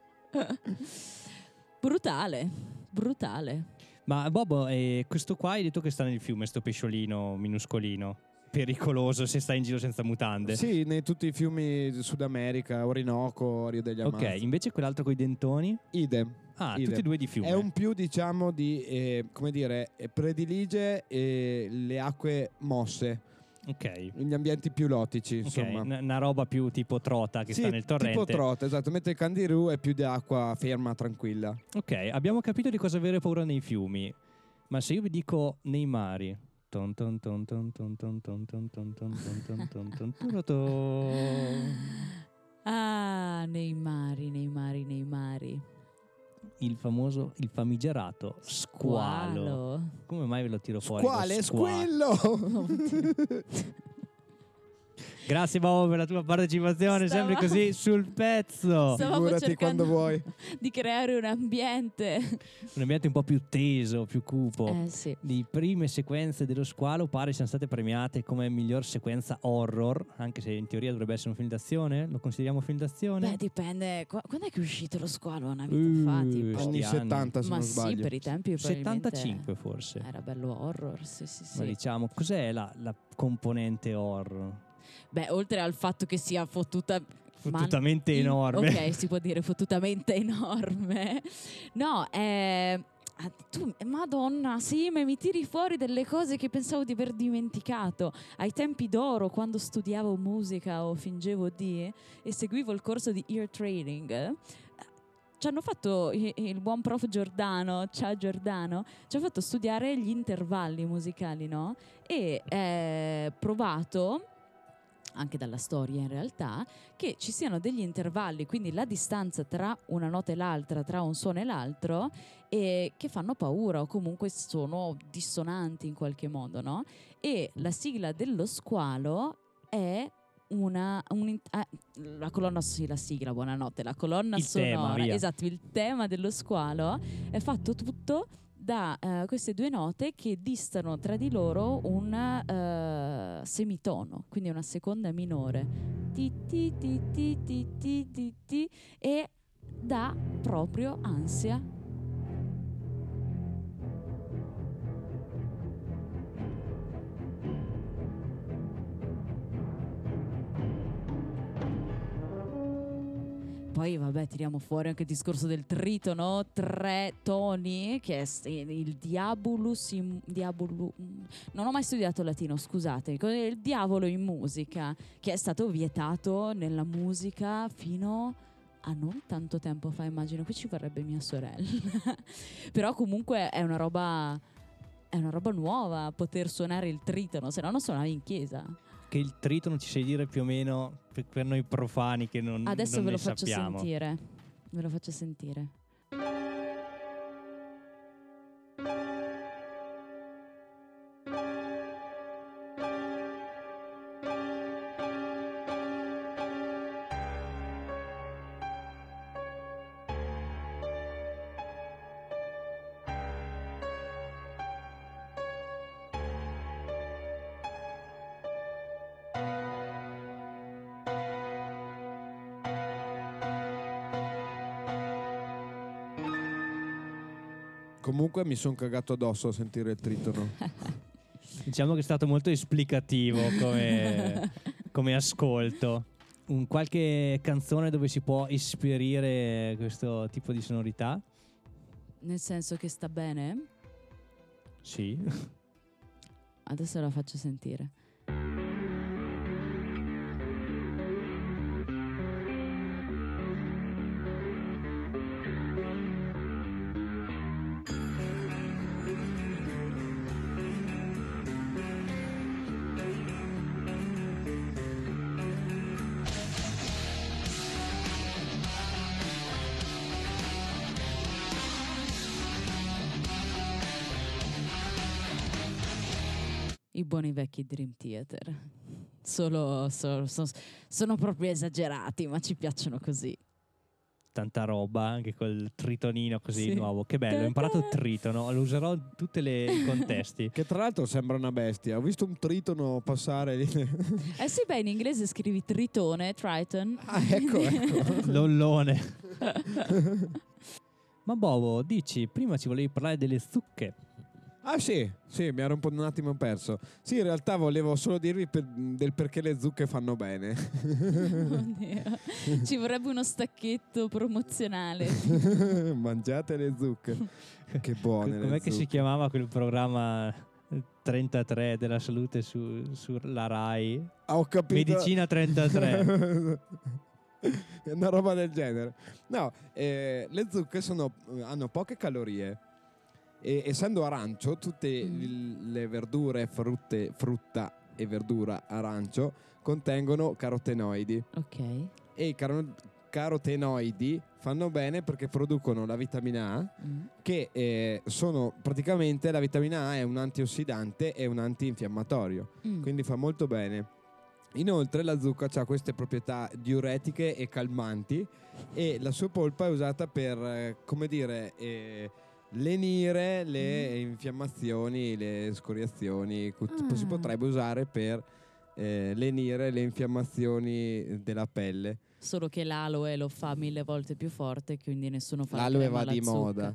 Brutale, brutale. Ma Bobo, eh, questo qua hai detto che sta nel fiume, sto pesciolino minuscolino. Pericoloso se sta in giro senza mutande. Sì, nei tutti i fiumi del Sud America, Orinoco, Rio degli Amanzi. Ok, invece quell'altro coi dentoni? Idem. Ah, Idem. tutti e due di fiume. È un più, diciamo, di, eh, come dire, eh, predilige eh, le acque mosse, Ok. gli ambienti più lotici, Ok, insomma. n- una roba più tipo trota che Sì, sta nel torrente. tipo trota, esatto, mentre il candiru è più di acqua ferma, tranquilla. Ok, abbiamo capito di cosa avere paura nei fiumi. Ma se io vi dico nei mari. Ton ton ton ton ton ton ton ton ton ton ton ton ton ton ton. Ah, nei mari, nei mari, nei mari. Il famoso, il famigerato squalo. Squalo. Come mai ve lo tiro fuori? Quale? lo squalo? Squillo! Grazie Bobo per la tua partecipazione, Stavo- sempre così sul pezzo. Stavamo Figurati cercando quando vuoi. di creare un ambiente. Un ambiente un po' più teso, più cupo. Eh sì. Di prime sequenze dello squalo pare siano state premiate come miglior sequenza horror, anche se in teoria dovrebbe essere un film d'azione. Lo consideriamo film d'azione? Beh, dipende. Qu- quando è che è uscito lo squalo? Una vita Uh, fa, tipo. Anni Questi settanta, se Ma non sì, sbaglio. per i tempi probabilmente settantacinque forse. era bello horror, sì sì Ma sì. diciamo, cos'è la, la componente horror? Beh, oltre al fatto che sia fottuta... Fottutamente in- enorme. Ok, si può dire fottutamente enorme. No, è... ah, tu, Madonna, sì, ma mi tiri fuori delle cose che pensavo di aver dimenticato. Ai tempi d'oro, quando studiavo musica o fingevo di e seguivo il corso di ear training, eh, ci hanno fatto il, il buon prof Giordano, ciao Giordano, ci ha fatto studiare gli intervalli musicali, no? E è provato, anche dalla storia in realtà, che ci siano degli intervalli, quindi la distanza tra una nota e l'altra, tra un suono e l'altro, e che fanno paura o comunque sono dissonanti in qualche modo, no? E la sigla dello squalo è una un, eh, la colonna sì, la sigla, buonanotte, la colonna Il sonora, tema, via. esatto, il tema dello squalo è fatto tutto da eh, queste due note che distano tra di loro un eh, semitono, quindi una seconda minore, ti, ti, ti, ti, ti, ti, ti, ti, e dà proprio ansia. Poi vabbè, tiriamo fuori anche il discorso del tritono, tre toni, che è s- il diabolus in, diabolu- non ho mai studiato latino, scusate, il diavolo in musica, che è stato vietato nella musica fino a non tanto tempo fa, immagino. Qui ci vorrebbe mia sorella. Però comunque è una roba è una roba nuova poter suonare il tritono, se no non suonavi in chiesa. Che il tritono ci sai dire più o meno per, per noi profani che non, Adesso non ve ne lo faccio sappiamo. sentire. Ve lo faccio sentire. Comunque mi sono cagato addosso a sentire il tritono. Diciamo che è stato molto esplicativo come, come ascolto. Un qualche canzone dove si può esperire questo tipo di sonorità? Nel senso che sta bene? Sì. Adesso la faccio sentire. I buoni vecchi Dream Theater. Solo, so- so- sono proprio esagerati, ma ci piacciono così. Tanta roba anche col tritonino così Sì. nuovo. Che bello, ho imparato il tritono, lo userò in tutti i contesti. Che tra l'altro sembra una bestia. Ho visto un tritono passare lì. Eh sì, beh, in inglese scrivi tritone, triton. Ah, ecco, ecco. Lollone. Ma Bobo, dici, prima ci volevi parlare delle zucche. Ah sì, sì, mi ero un po' un attimo perso. Sì, in realtà volevo solo dirvi per- del perché le zucche fanno bene. Oddio. Ci vorrebbe uno stacchetto promozionale. Mangiate le zucche. Che buone le Com'è che si zucche. chiamava quel programma trentatré della salute su, sulla Rai? Ah, ho capito. Medicina trentatré. È una roba del genere. No, eh, le zucche sono, hanno poche calorie. E essendo arancio, tutte Mm. il- le verdure, frutte, frutta e verdura arancio contengono carotenoidi. Ok. E i caro- carotenoidi fanno bene perché producono la vitamina A, Mm. che eh, sono praticamente la vitamina A è un antiossidante e un antinfiammatorio, Mm. quindi fa molto bene. Inoltre la zucca ha queste proprietà diuretiche e calmanti e la sua polpa è usata per, eh, come dire, eh, lenire le infiammazioni, le scoriazioni. Ah. Si potrebbe usare per eh, lenire le infiammazioni della pelle. Solo che l'aloe lo fa mille volte più forte, quindi nessuno fa la L'aloe crema va alla di zucca. moda.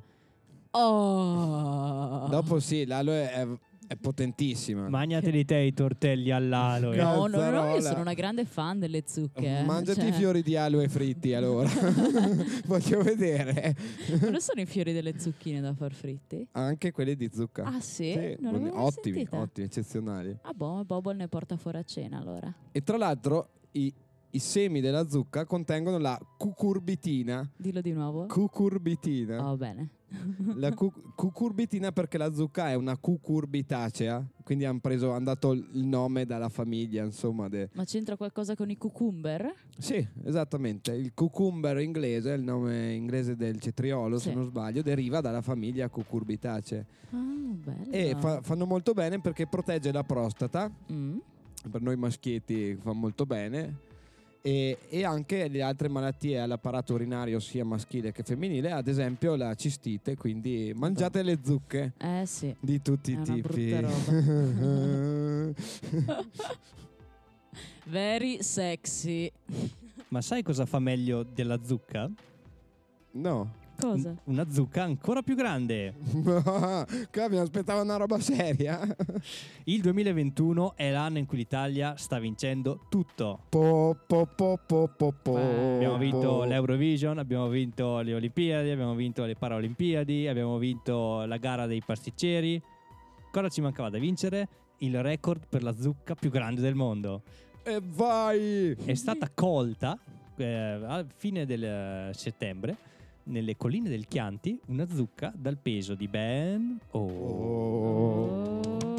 Oh. Dopo sì, l'aloe è, è potentissima. Magnateli te i tortelli all'aloe. No, no, no, io Cazzarola. sono una grande fan delle zucche. eh. Mangiati Cioè, i fiori di aloe fritti allora. Voglio vedere. non sono i fiori delle zucchine da far fritti? Anche quelli di zucca. Ah sì? Sì, Non buoni- l'avevo mai ottimi, sentita. ottimi, eccezionali. Ah boh, Bobble ne porta fuori a cena allora. E tra l'altro i, i semi della zucca contengono la cucurbitina. Dillo di nuovo. Cucurbitina. Oh, bene. La cu- cucurbitina perché la zucca è una cucurbitacea, quindi hanno preso, hanno dato il nome dalla famiglia, insomma. de- Ma c'entra qualcosa con i cucumber? Sì, esattamente. Il cucumber inglese, il nome inglese del cetriolo, Sì. se non sbaglio, deriva dalla famiglia cucurbitacea. Ah, bello. E fa- fanno molto bene perché protegge la prostata. Mm. Per noi maschietti fa molto bene. E, e anche le altre malattie all'apparato urinario sia maschile che femminile, ad esempio la cistite, quindi mangiate le zucche Eh sì. di tutti È i una tipi. Very sexy. Ma sai cosa fa meglio della zucca? No. Cosa? Un- Una zucca ancora più grande. Qua mi aspettavo una roba seria. Il duemilaventuno è l'anno in cui l'Italia sta vincendo tutto. Po, po, po, po, po, po, Abbiamo vinto po. l'Eurovision, abbiamo vinto le Olimpiadi, abbiamo vinto le Paralimpiadi, abbiamo vinto la gara dei pasticceri. Cosa ci mancava da vincere? Il record per la zucca più grande del mondo. E vai! È stata colta eh, a fine del eh, settembre nelle colline del Chianti una zucca dal peso di ben oh, Oh.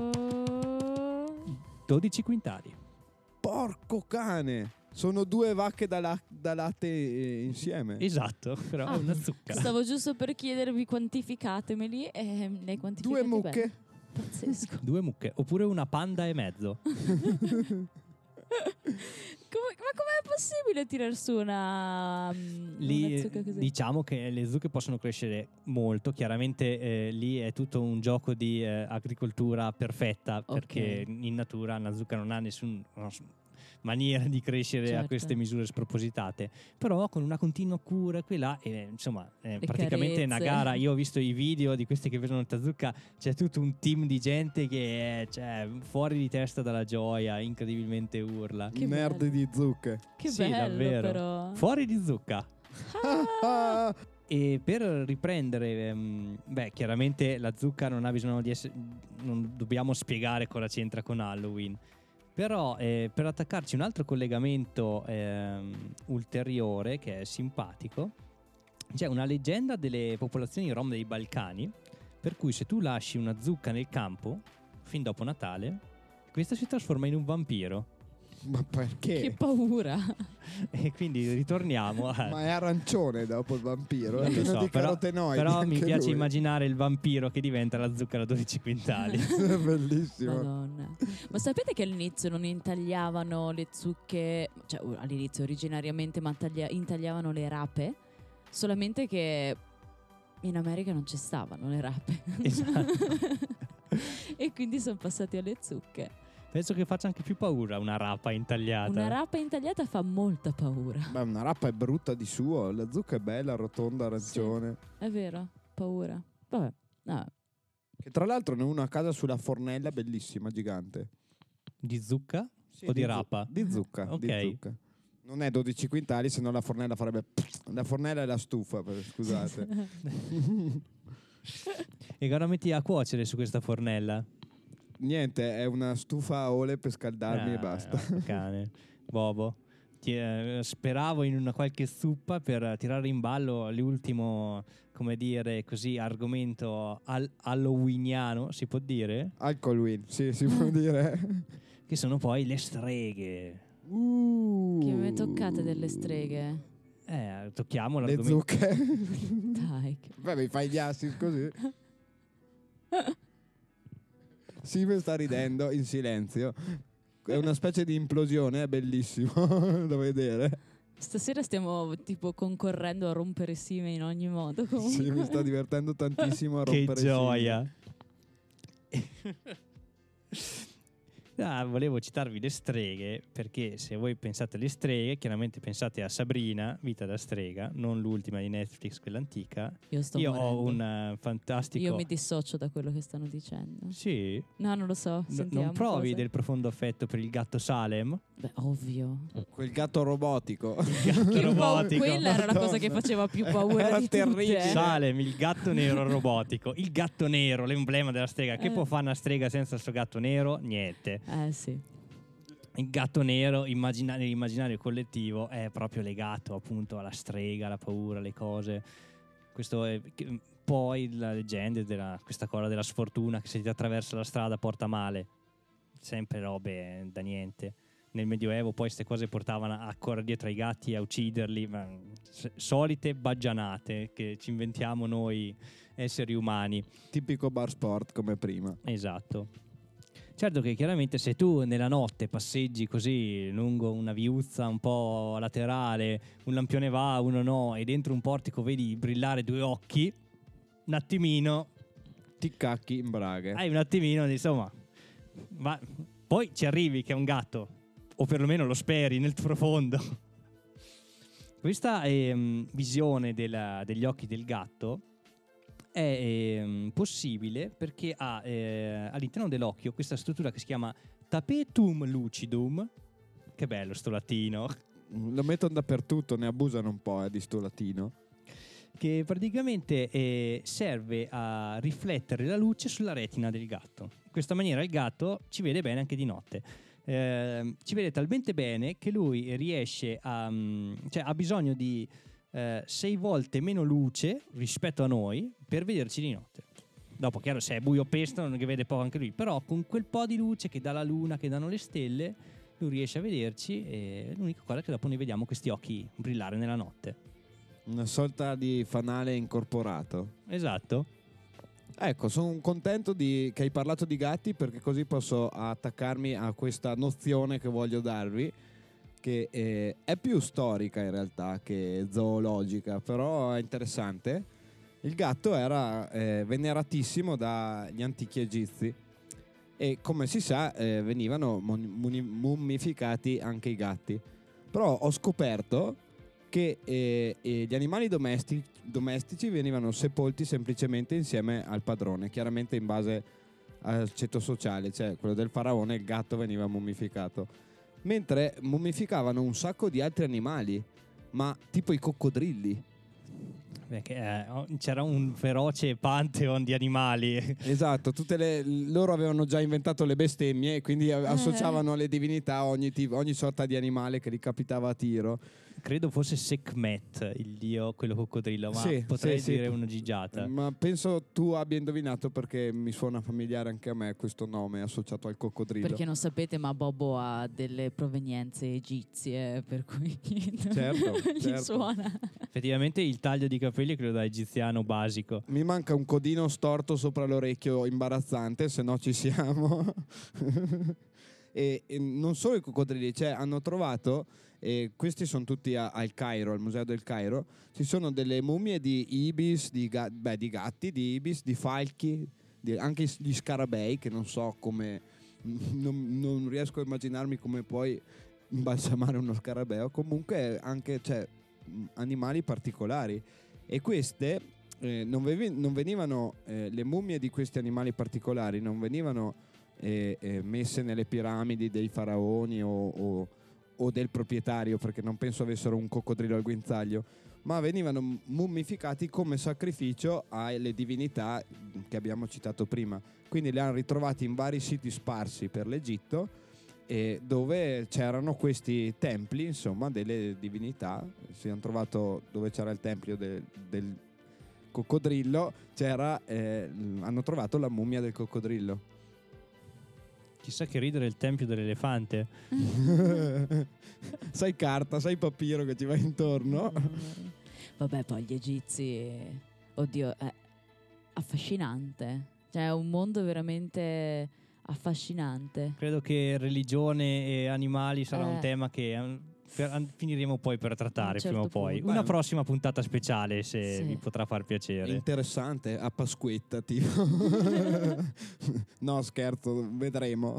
dodici quintali. Porco cane! Sono due vacche da, la- da latte eh, insieme. Esatto, però è Ah, una zucca. Stavo giusto per chiedervi quantificatemeli e ne hai quantificati Due mucche. bene. Pazzesco. Due mucche, oppure una panda e mezzo. Come- ma com'è possibile tirar su una, mm, Lì una zucca così? diciamo che le zucche possono crescere molto, chiaramente eh, lì è tutto un gioco di eh, agricoltura perfetta, perché in natura una zucca non ha nessuna maniera di crescere a Certo. queste misure spropositate, però con una continua cura qui e là, e, insomma eh, praticamente è una carezze. gara. Io ho visto i video di questi che vedono la zucca, c'è tutto un team di gente che è cioè, fuori di testa dalla gioia, incredibilmente urla. Che Nerd bello. di zucche. Che Sì, bello davvero. però. Fuori di zucca. Ah, E per riprendere, ehm, beh, chiaramente la zucca non ha bisogno di essere, non dobbiamo spiegare cosa c'entra con Halloween. Però eh, per attaccarci un altro collegamento ehm, ulteriore che è simpatico, c'è una leggenda delle popolazioni rom dei Balcani, per cui se tu lasci una zucca nel campo, fin dopo Natale, questa si trasforma in un vampiro. Ma perché? che paura. E quindi ritorniamo a... Ma è arancione dopo il vampiro. È Non lo pieno so, di però, carotenoidi. però mi anche piace lui. immaginare il vampiro che diventa la zucca da dodici quintali. Bellissimo. Madonna. Ma sapete che all'inizio non intagliavano le zucche, cioè uh, all'inizio originariamente ma taglia- intagliavano le rape, solamente che in America non ci stavano le rape. Esatto. E quindi sono passati alle zucche. Penso che faccia anche più paura una rapa intagliata. Una rapa intagliata fa molta paura. Beh, una rappa è brutta di suo. La zucca è bella, rotonda, arancione. È vero, paura. Vabbè, no. Che tra l'altro ne ho una a casa sulla fornella bellissima, gigante. Di zucca? Sì, O di zu- rapa? Di zucca. Ok. Di zucca. Non è dodici quintali, se no la fornella farebbe... La fornella è la stufa, per- scusate. E cosa metti a cuocere su questa fornella? Niente, è una stufa a ole per scaldarmi Ah, e basta. porco cane. Bobo. Ti- eh, speravo in una qualche zuppa per tirare in ballo l'ultimo, come dire così, argomento al- halloweeniano, si può dire? Halloween, sì, si può dire. Che sono poi le streghe. Uh, Che mi toccate delle streghe. Eh, tocchiamo Le l'argomento. zucche. Dai. che- Beh, mi fai gli assi così. Simon sta ridendo in silenzio. è una specie di implosione, è bellissimo da vedere. Stasera stiamo tipo concorrendo a rompere sime in ogni modo. Comunque. Sì, mi sto divertendo tantissimo a Che rompere gioia. Ah, volevo citarvi le streghe, perché se voi pensate alle streghe, chiaramente pensate a Sabrina, Vita da strega, non l'ultima di Netflix, quella antica. Io sto Io morendo. ho un eh, fantastico... Io mi dissocio da quello che stanno dicendo. Sì? No, non lo so. N- Sentiamo non provi cosa. del profondo affetto per il gatto Salem? Beh, ovvio. Quel gatto robotico. Gatto Che pau- robotico. quella era la cosa che Madonna. faceva più paura Era di terribile. tutte. Salem, il gatto nero robotico. Il gatto nero, l'emblema della strega. Che Eh. può fare una strega senza il suo gatto nero? Niente. Eh sì. Il gatto nero immagina- nell'immaginario collettivo è proprio legato appunto alla strega, alla paura, alle cose. Questo è, che- poi la leggenda della questa cosa della sfortuna che se ti attraversa la strada porta male. Sempre robe da niente. Nel Medioevo poi queste cose portavano a correre dietro ai gatti e a ucciderli, ma s- solite baggianate che ci inventiamo noi esseri umani. Tipico bar sport come prima. Esatto. Certo che chiaramente se tu nella notte passeggi così lungo una viuzza un po' laterale, un lampione va, uno no, e dentro un portico vedi brillare due occhi, un attimino, Ti cacchi in braghe. hai un attimino, insomma, ma poi ci arrivi che è un gatto, o perlomeno lo speri nel profondo. Questa ehm, visione della- degli occhi del gatto è ehm, possibile perché ha eh, all'interno dell'occhio questa struttura che si chiama tapetum lucidum. Che bello sto latino. Lo mettono dappertutto, ne abusano un po' eh, di sto latino. Che praticamente eh, serve a riflettere la luce sulla retina del gatto. In questa maniera il gatto ci vede bene anche di notte. Eh, ci vede talmente bene che lui riesce a... mm, cioè ha bisogno di eh, sei volte meno luce rispetto a noi per vederci di notte. Dopo, chiaro, se è buio pesto non che vede poco anche lui, però con quel po' di luce che dà la luna, che danno le stelle, lui riesce a vederci e l'unica cosa è che dopo noi vediamo questi occhi brillare nella notte. Una sorta di fanale incorporato. Esatto. Ecco, sono contento di, che hai parlato di gatti perché così posso attaccarmi a questa nozione che voglio darvi, che eh, è più storica in realtà che zoologica, però è interessante. Il gatto era eh, veneratissimo dagli antichi egizi e come si sa eh, venivano mon- muni- mummificati anche i gatti. Però ho scoperto che eh, eh, gli animali domesti- domestici venivano sepolti semplicemente insieme al padrone, chiaramente in base al ceto sociale, cioè quello del faraone, il gatto veniva mummificato. Mentre mummificavano un sacco di altri animali, ma tipo i coccodrilli. Perché eh, oh, c'era un feroce pantheon di animali. Esatto, tutte le, loro avevano già inventato le bestemmie e quindi a- associavano alle divinità ogni, tipo, ogni sorta di animale che li capitava a tiro. Credo fosse Sekhmet, il dio, quello coccodrillo, ma Sì, potrei sì, dire sì. una gigiata. Ma penso tu abbia indovinato perché mi suona familiare anche a me questo nome associato al coccodrillo. Perché non sapete, ma Bobo ha delle provenienze egizie, per cui Certo, gli certo. suona. Effettivamente il taglio di capelli è quello da egiziano basico. Mi manca un codino storto sopra l'orecchio imbarazzante, se no ci siamo. e, e non solo i coccodrilli, cioè hanno trovato, e questi sono tutti a- al Cairo, al Museo del Cairo, ci sono delle mummie di ibis, di, ga- beh, di gatti, di ibis, di falchi, di- anche gli scarabei, che non so come, non, non riesco a immaginarmi come puoi imbalsamare uno scarabeo, comunque anche cioè, mh, animali particolari. E queste eh, non, vevi- non venivano eh, le mummie di questi animali particolari non venivano eh, eh, messe nelle piramidi dei faraoni o, o- o del proprietario, perché non penso avessero un coccodrillo al guinzaglio, ma venivano mummificati come sacrificio alle divinità che abbiamo citato prima. Quindi li hanno ritrovati in vari siti sparsi per l'Egitto, e dove c'erano questi templi, insomma, delle divinità. Si hanno trovato dove c'era il tempio de- del coccodrillo, c'era, eh, hanno trovato la mummia del coccodrillo. Chissà che ridere il tempio dell'elefante. Sai carta, sai papiro che ci va intorno. Vabbè, poi gli egizi, oddio, è affascinante. Cioè, è un mondo veramente affascinante. Credo che religione e animali sarà Eh. un tema che eh, per- finiremo poi per trattare A un certo prima o poi. punto. Una Beh. prossima puntata speciale, se Sì. vi potrà far piacere. Interessante, a Pasquetta tipo. No, scherzo, vedremo.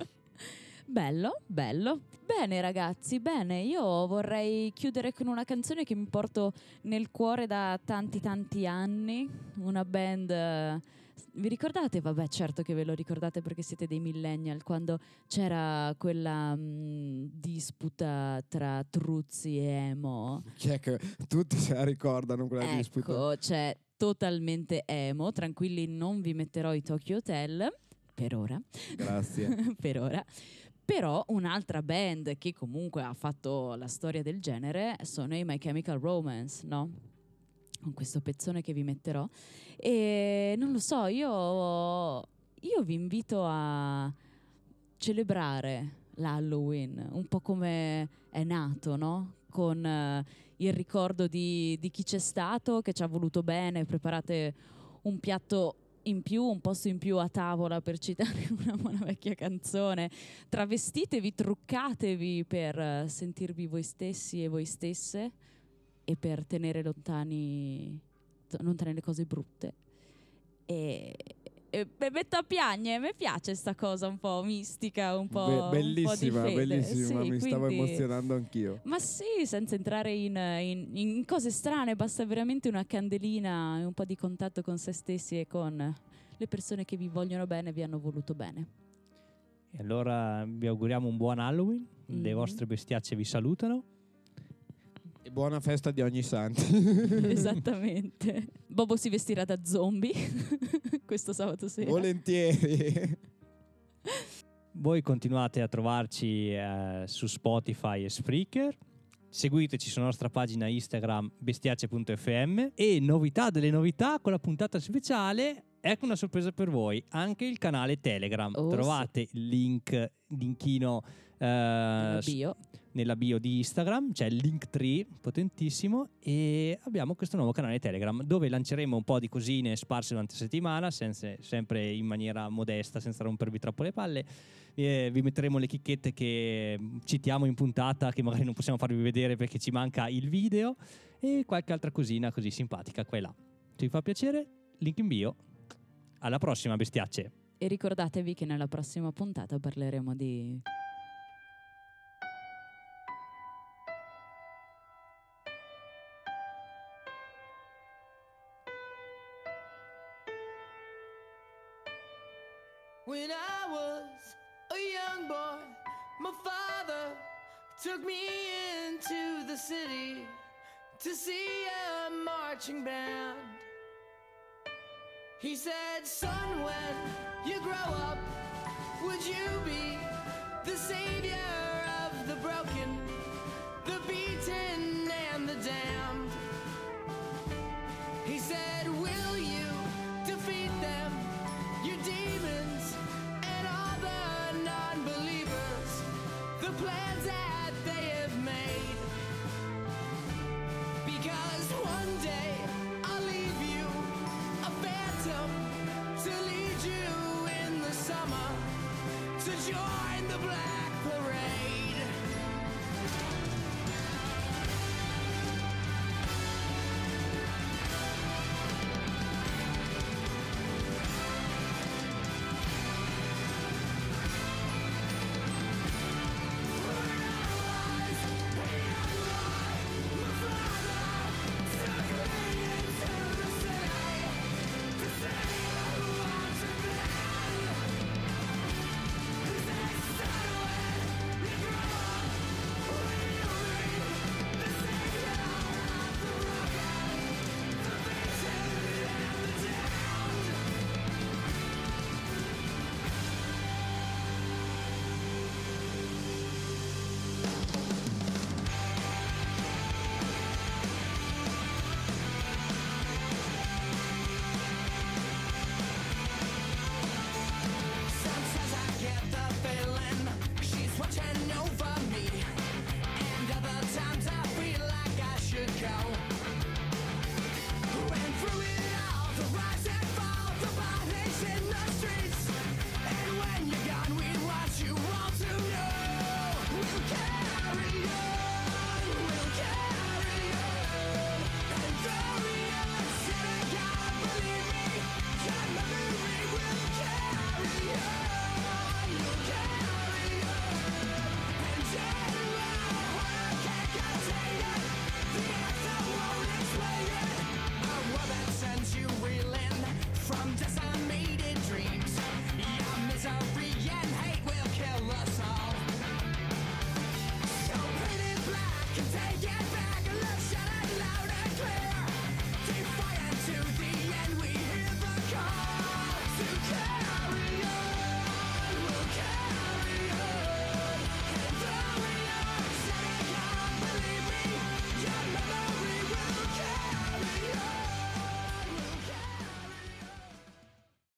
Bello, bello. Bene ragazzi, bene. Io vorrei chiudere con una canzone che mi porto nel cuore da tanti tanti anni. Una band... eh, Vi ricordate? Vabbè, certo che ve lo ricordate perché siete dei millennial, quando c'era quella mh, disputa tra Truzzi e Emo. Chi è che tutti se la ricordano quella disputa? Ecco, cioè totalmente emo. Tranquilli, non vi metterò i Tokyo Hotel per ora. Grazie. per ora. Però un'altra band che comunque ha fatto la storia del genere sono i My Chemical Romance, no? Con questo pezzone che vi metterò. E non lo so, io, io vi invito a celebrare l'Halloween, un po' come è nato, no? Con eh, il ricordo di, di chi c'è stato, che ci ha voluto bene, preparate un piatto in più, un posto in più a tavola, per citare una buona vecchia canzone. Travestitevi, truccatevi per eh, sentirvi voi stessi e voi stesse e per tenere lontani t- lontane le cose brutte. E, e mi metto a piangere, mi piace sta cosa un po' mistica, un po', Be- un po' di bellissima, fede. bellissima, Sì, mi stavo quindi- emozionando anch'io. Ma sì, senza entrare in, in- in cose strane, basta veramente una candelina e un po' di contatto con se stessi e con le persone che vi vogliono bene e vi hanno voluto bene. E allora vi auguriamo un buon Halloween. Le Mhm. vostre bestiacce vi salutano. E buona festa di ogni santi. Esattamente. Bobo si vestirà da zombie questo sabato sera. Volentieri. Voi continuate a trovarci eh, su Spotify e Spreaker. Seguiteci sulla nostra pagina Instagram bestiacce punto effe emme. E novità delle novità, con la puntata speciale, ecco una sorpresa per voi, anche il canale Telegram. Oh, Trovate il link, linkino eh, Nella bio. nella bio di Instagram, c'è il Linktree potentissimo, e abbiamo questo nuovo canale Telegram dove lanceremo un po' di cosine sparse durante la settimana, senza- sempre in maniera modesta, senza rompervi troppo le palle. Eh, vi metteremo le chicchette che citiamo in puntata, che magari non possiamo farvi vedere perché ci manca il video, e qualche altra cosina così simpatica qua e là. Se vi fa piacere, link in bio. Alla prossima, bestiacce. E ricordatevi che nella prossima puntata parleremo di... When I was a young boy, my father took me into the city to see a marching band. He said, son, when you grow up, would you be the savior of the broken, the beaten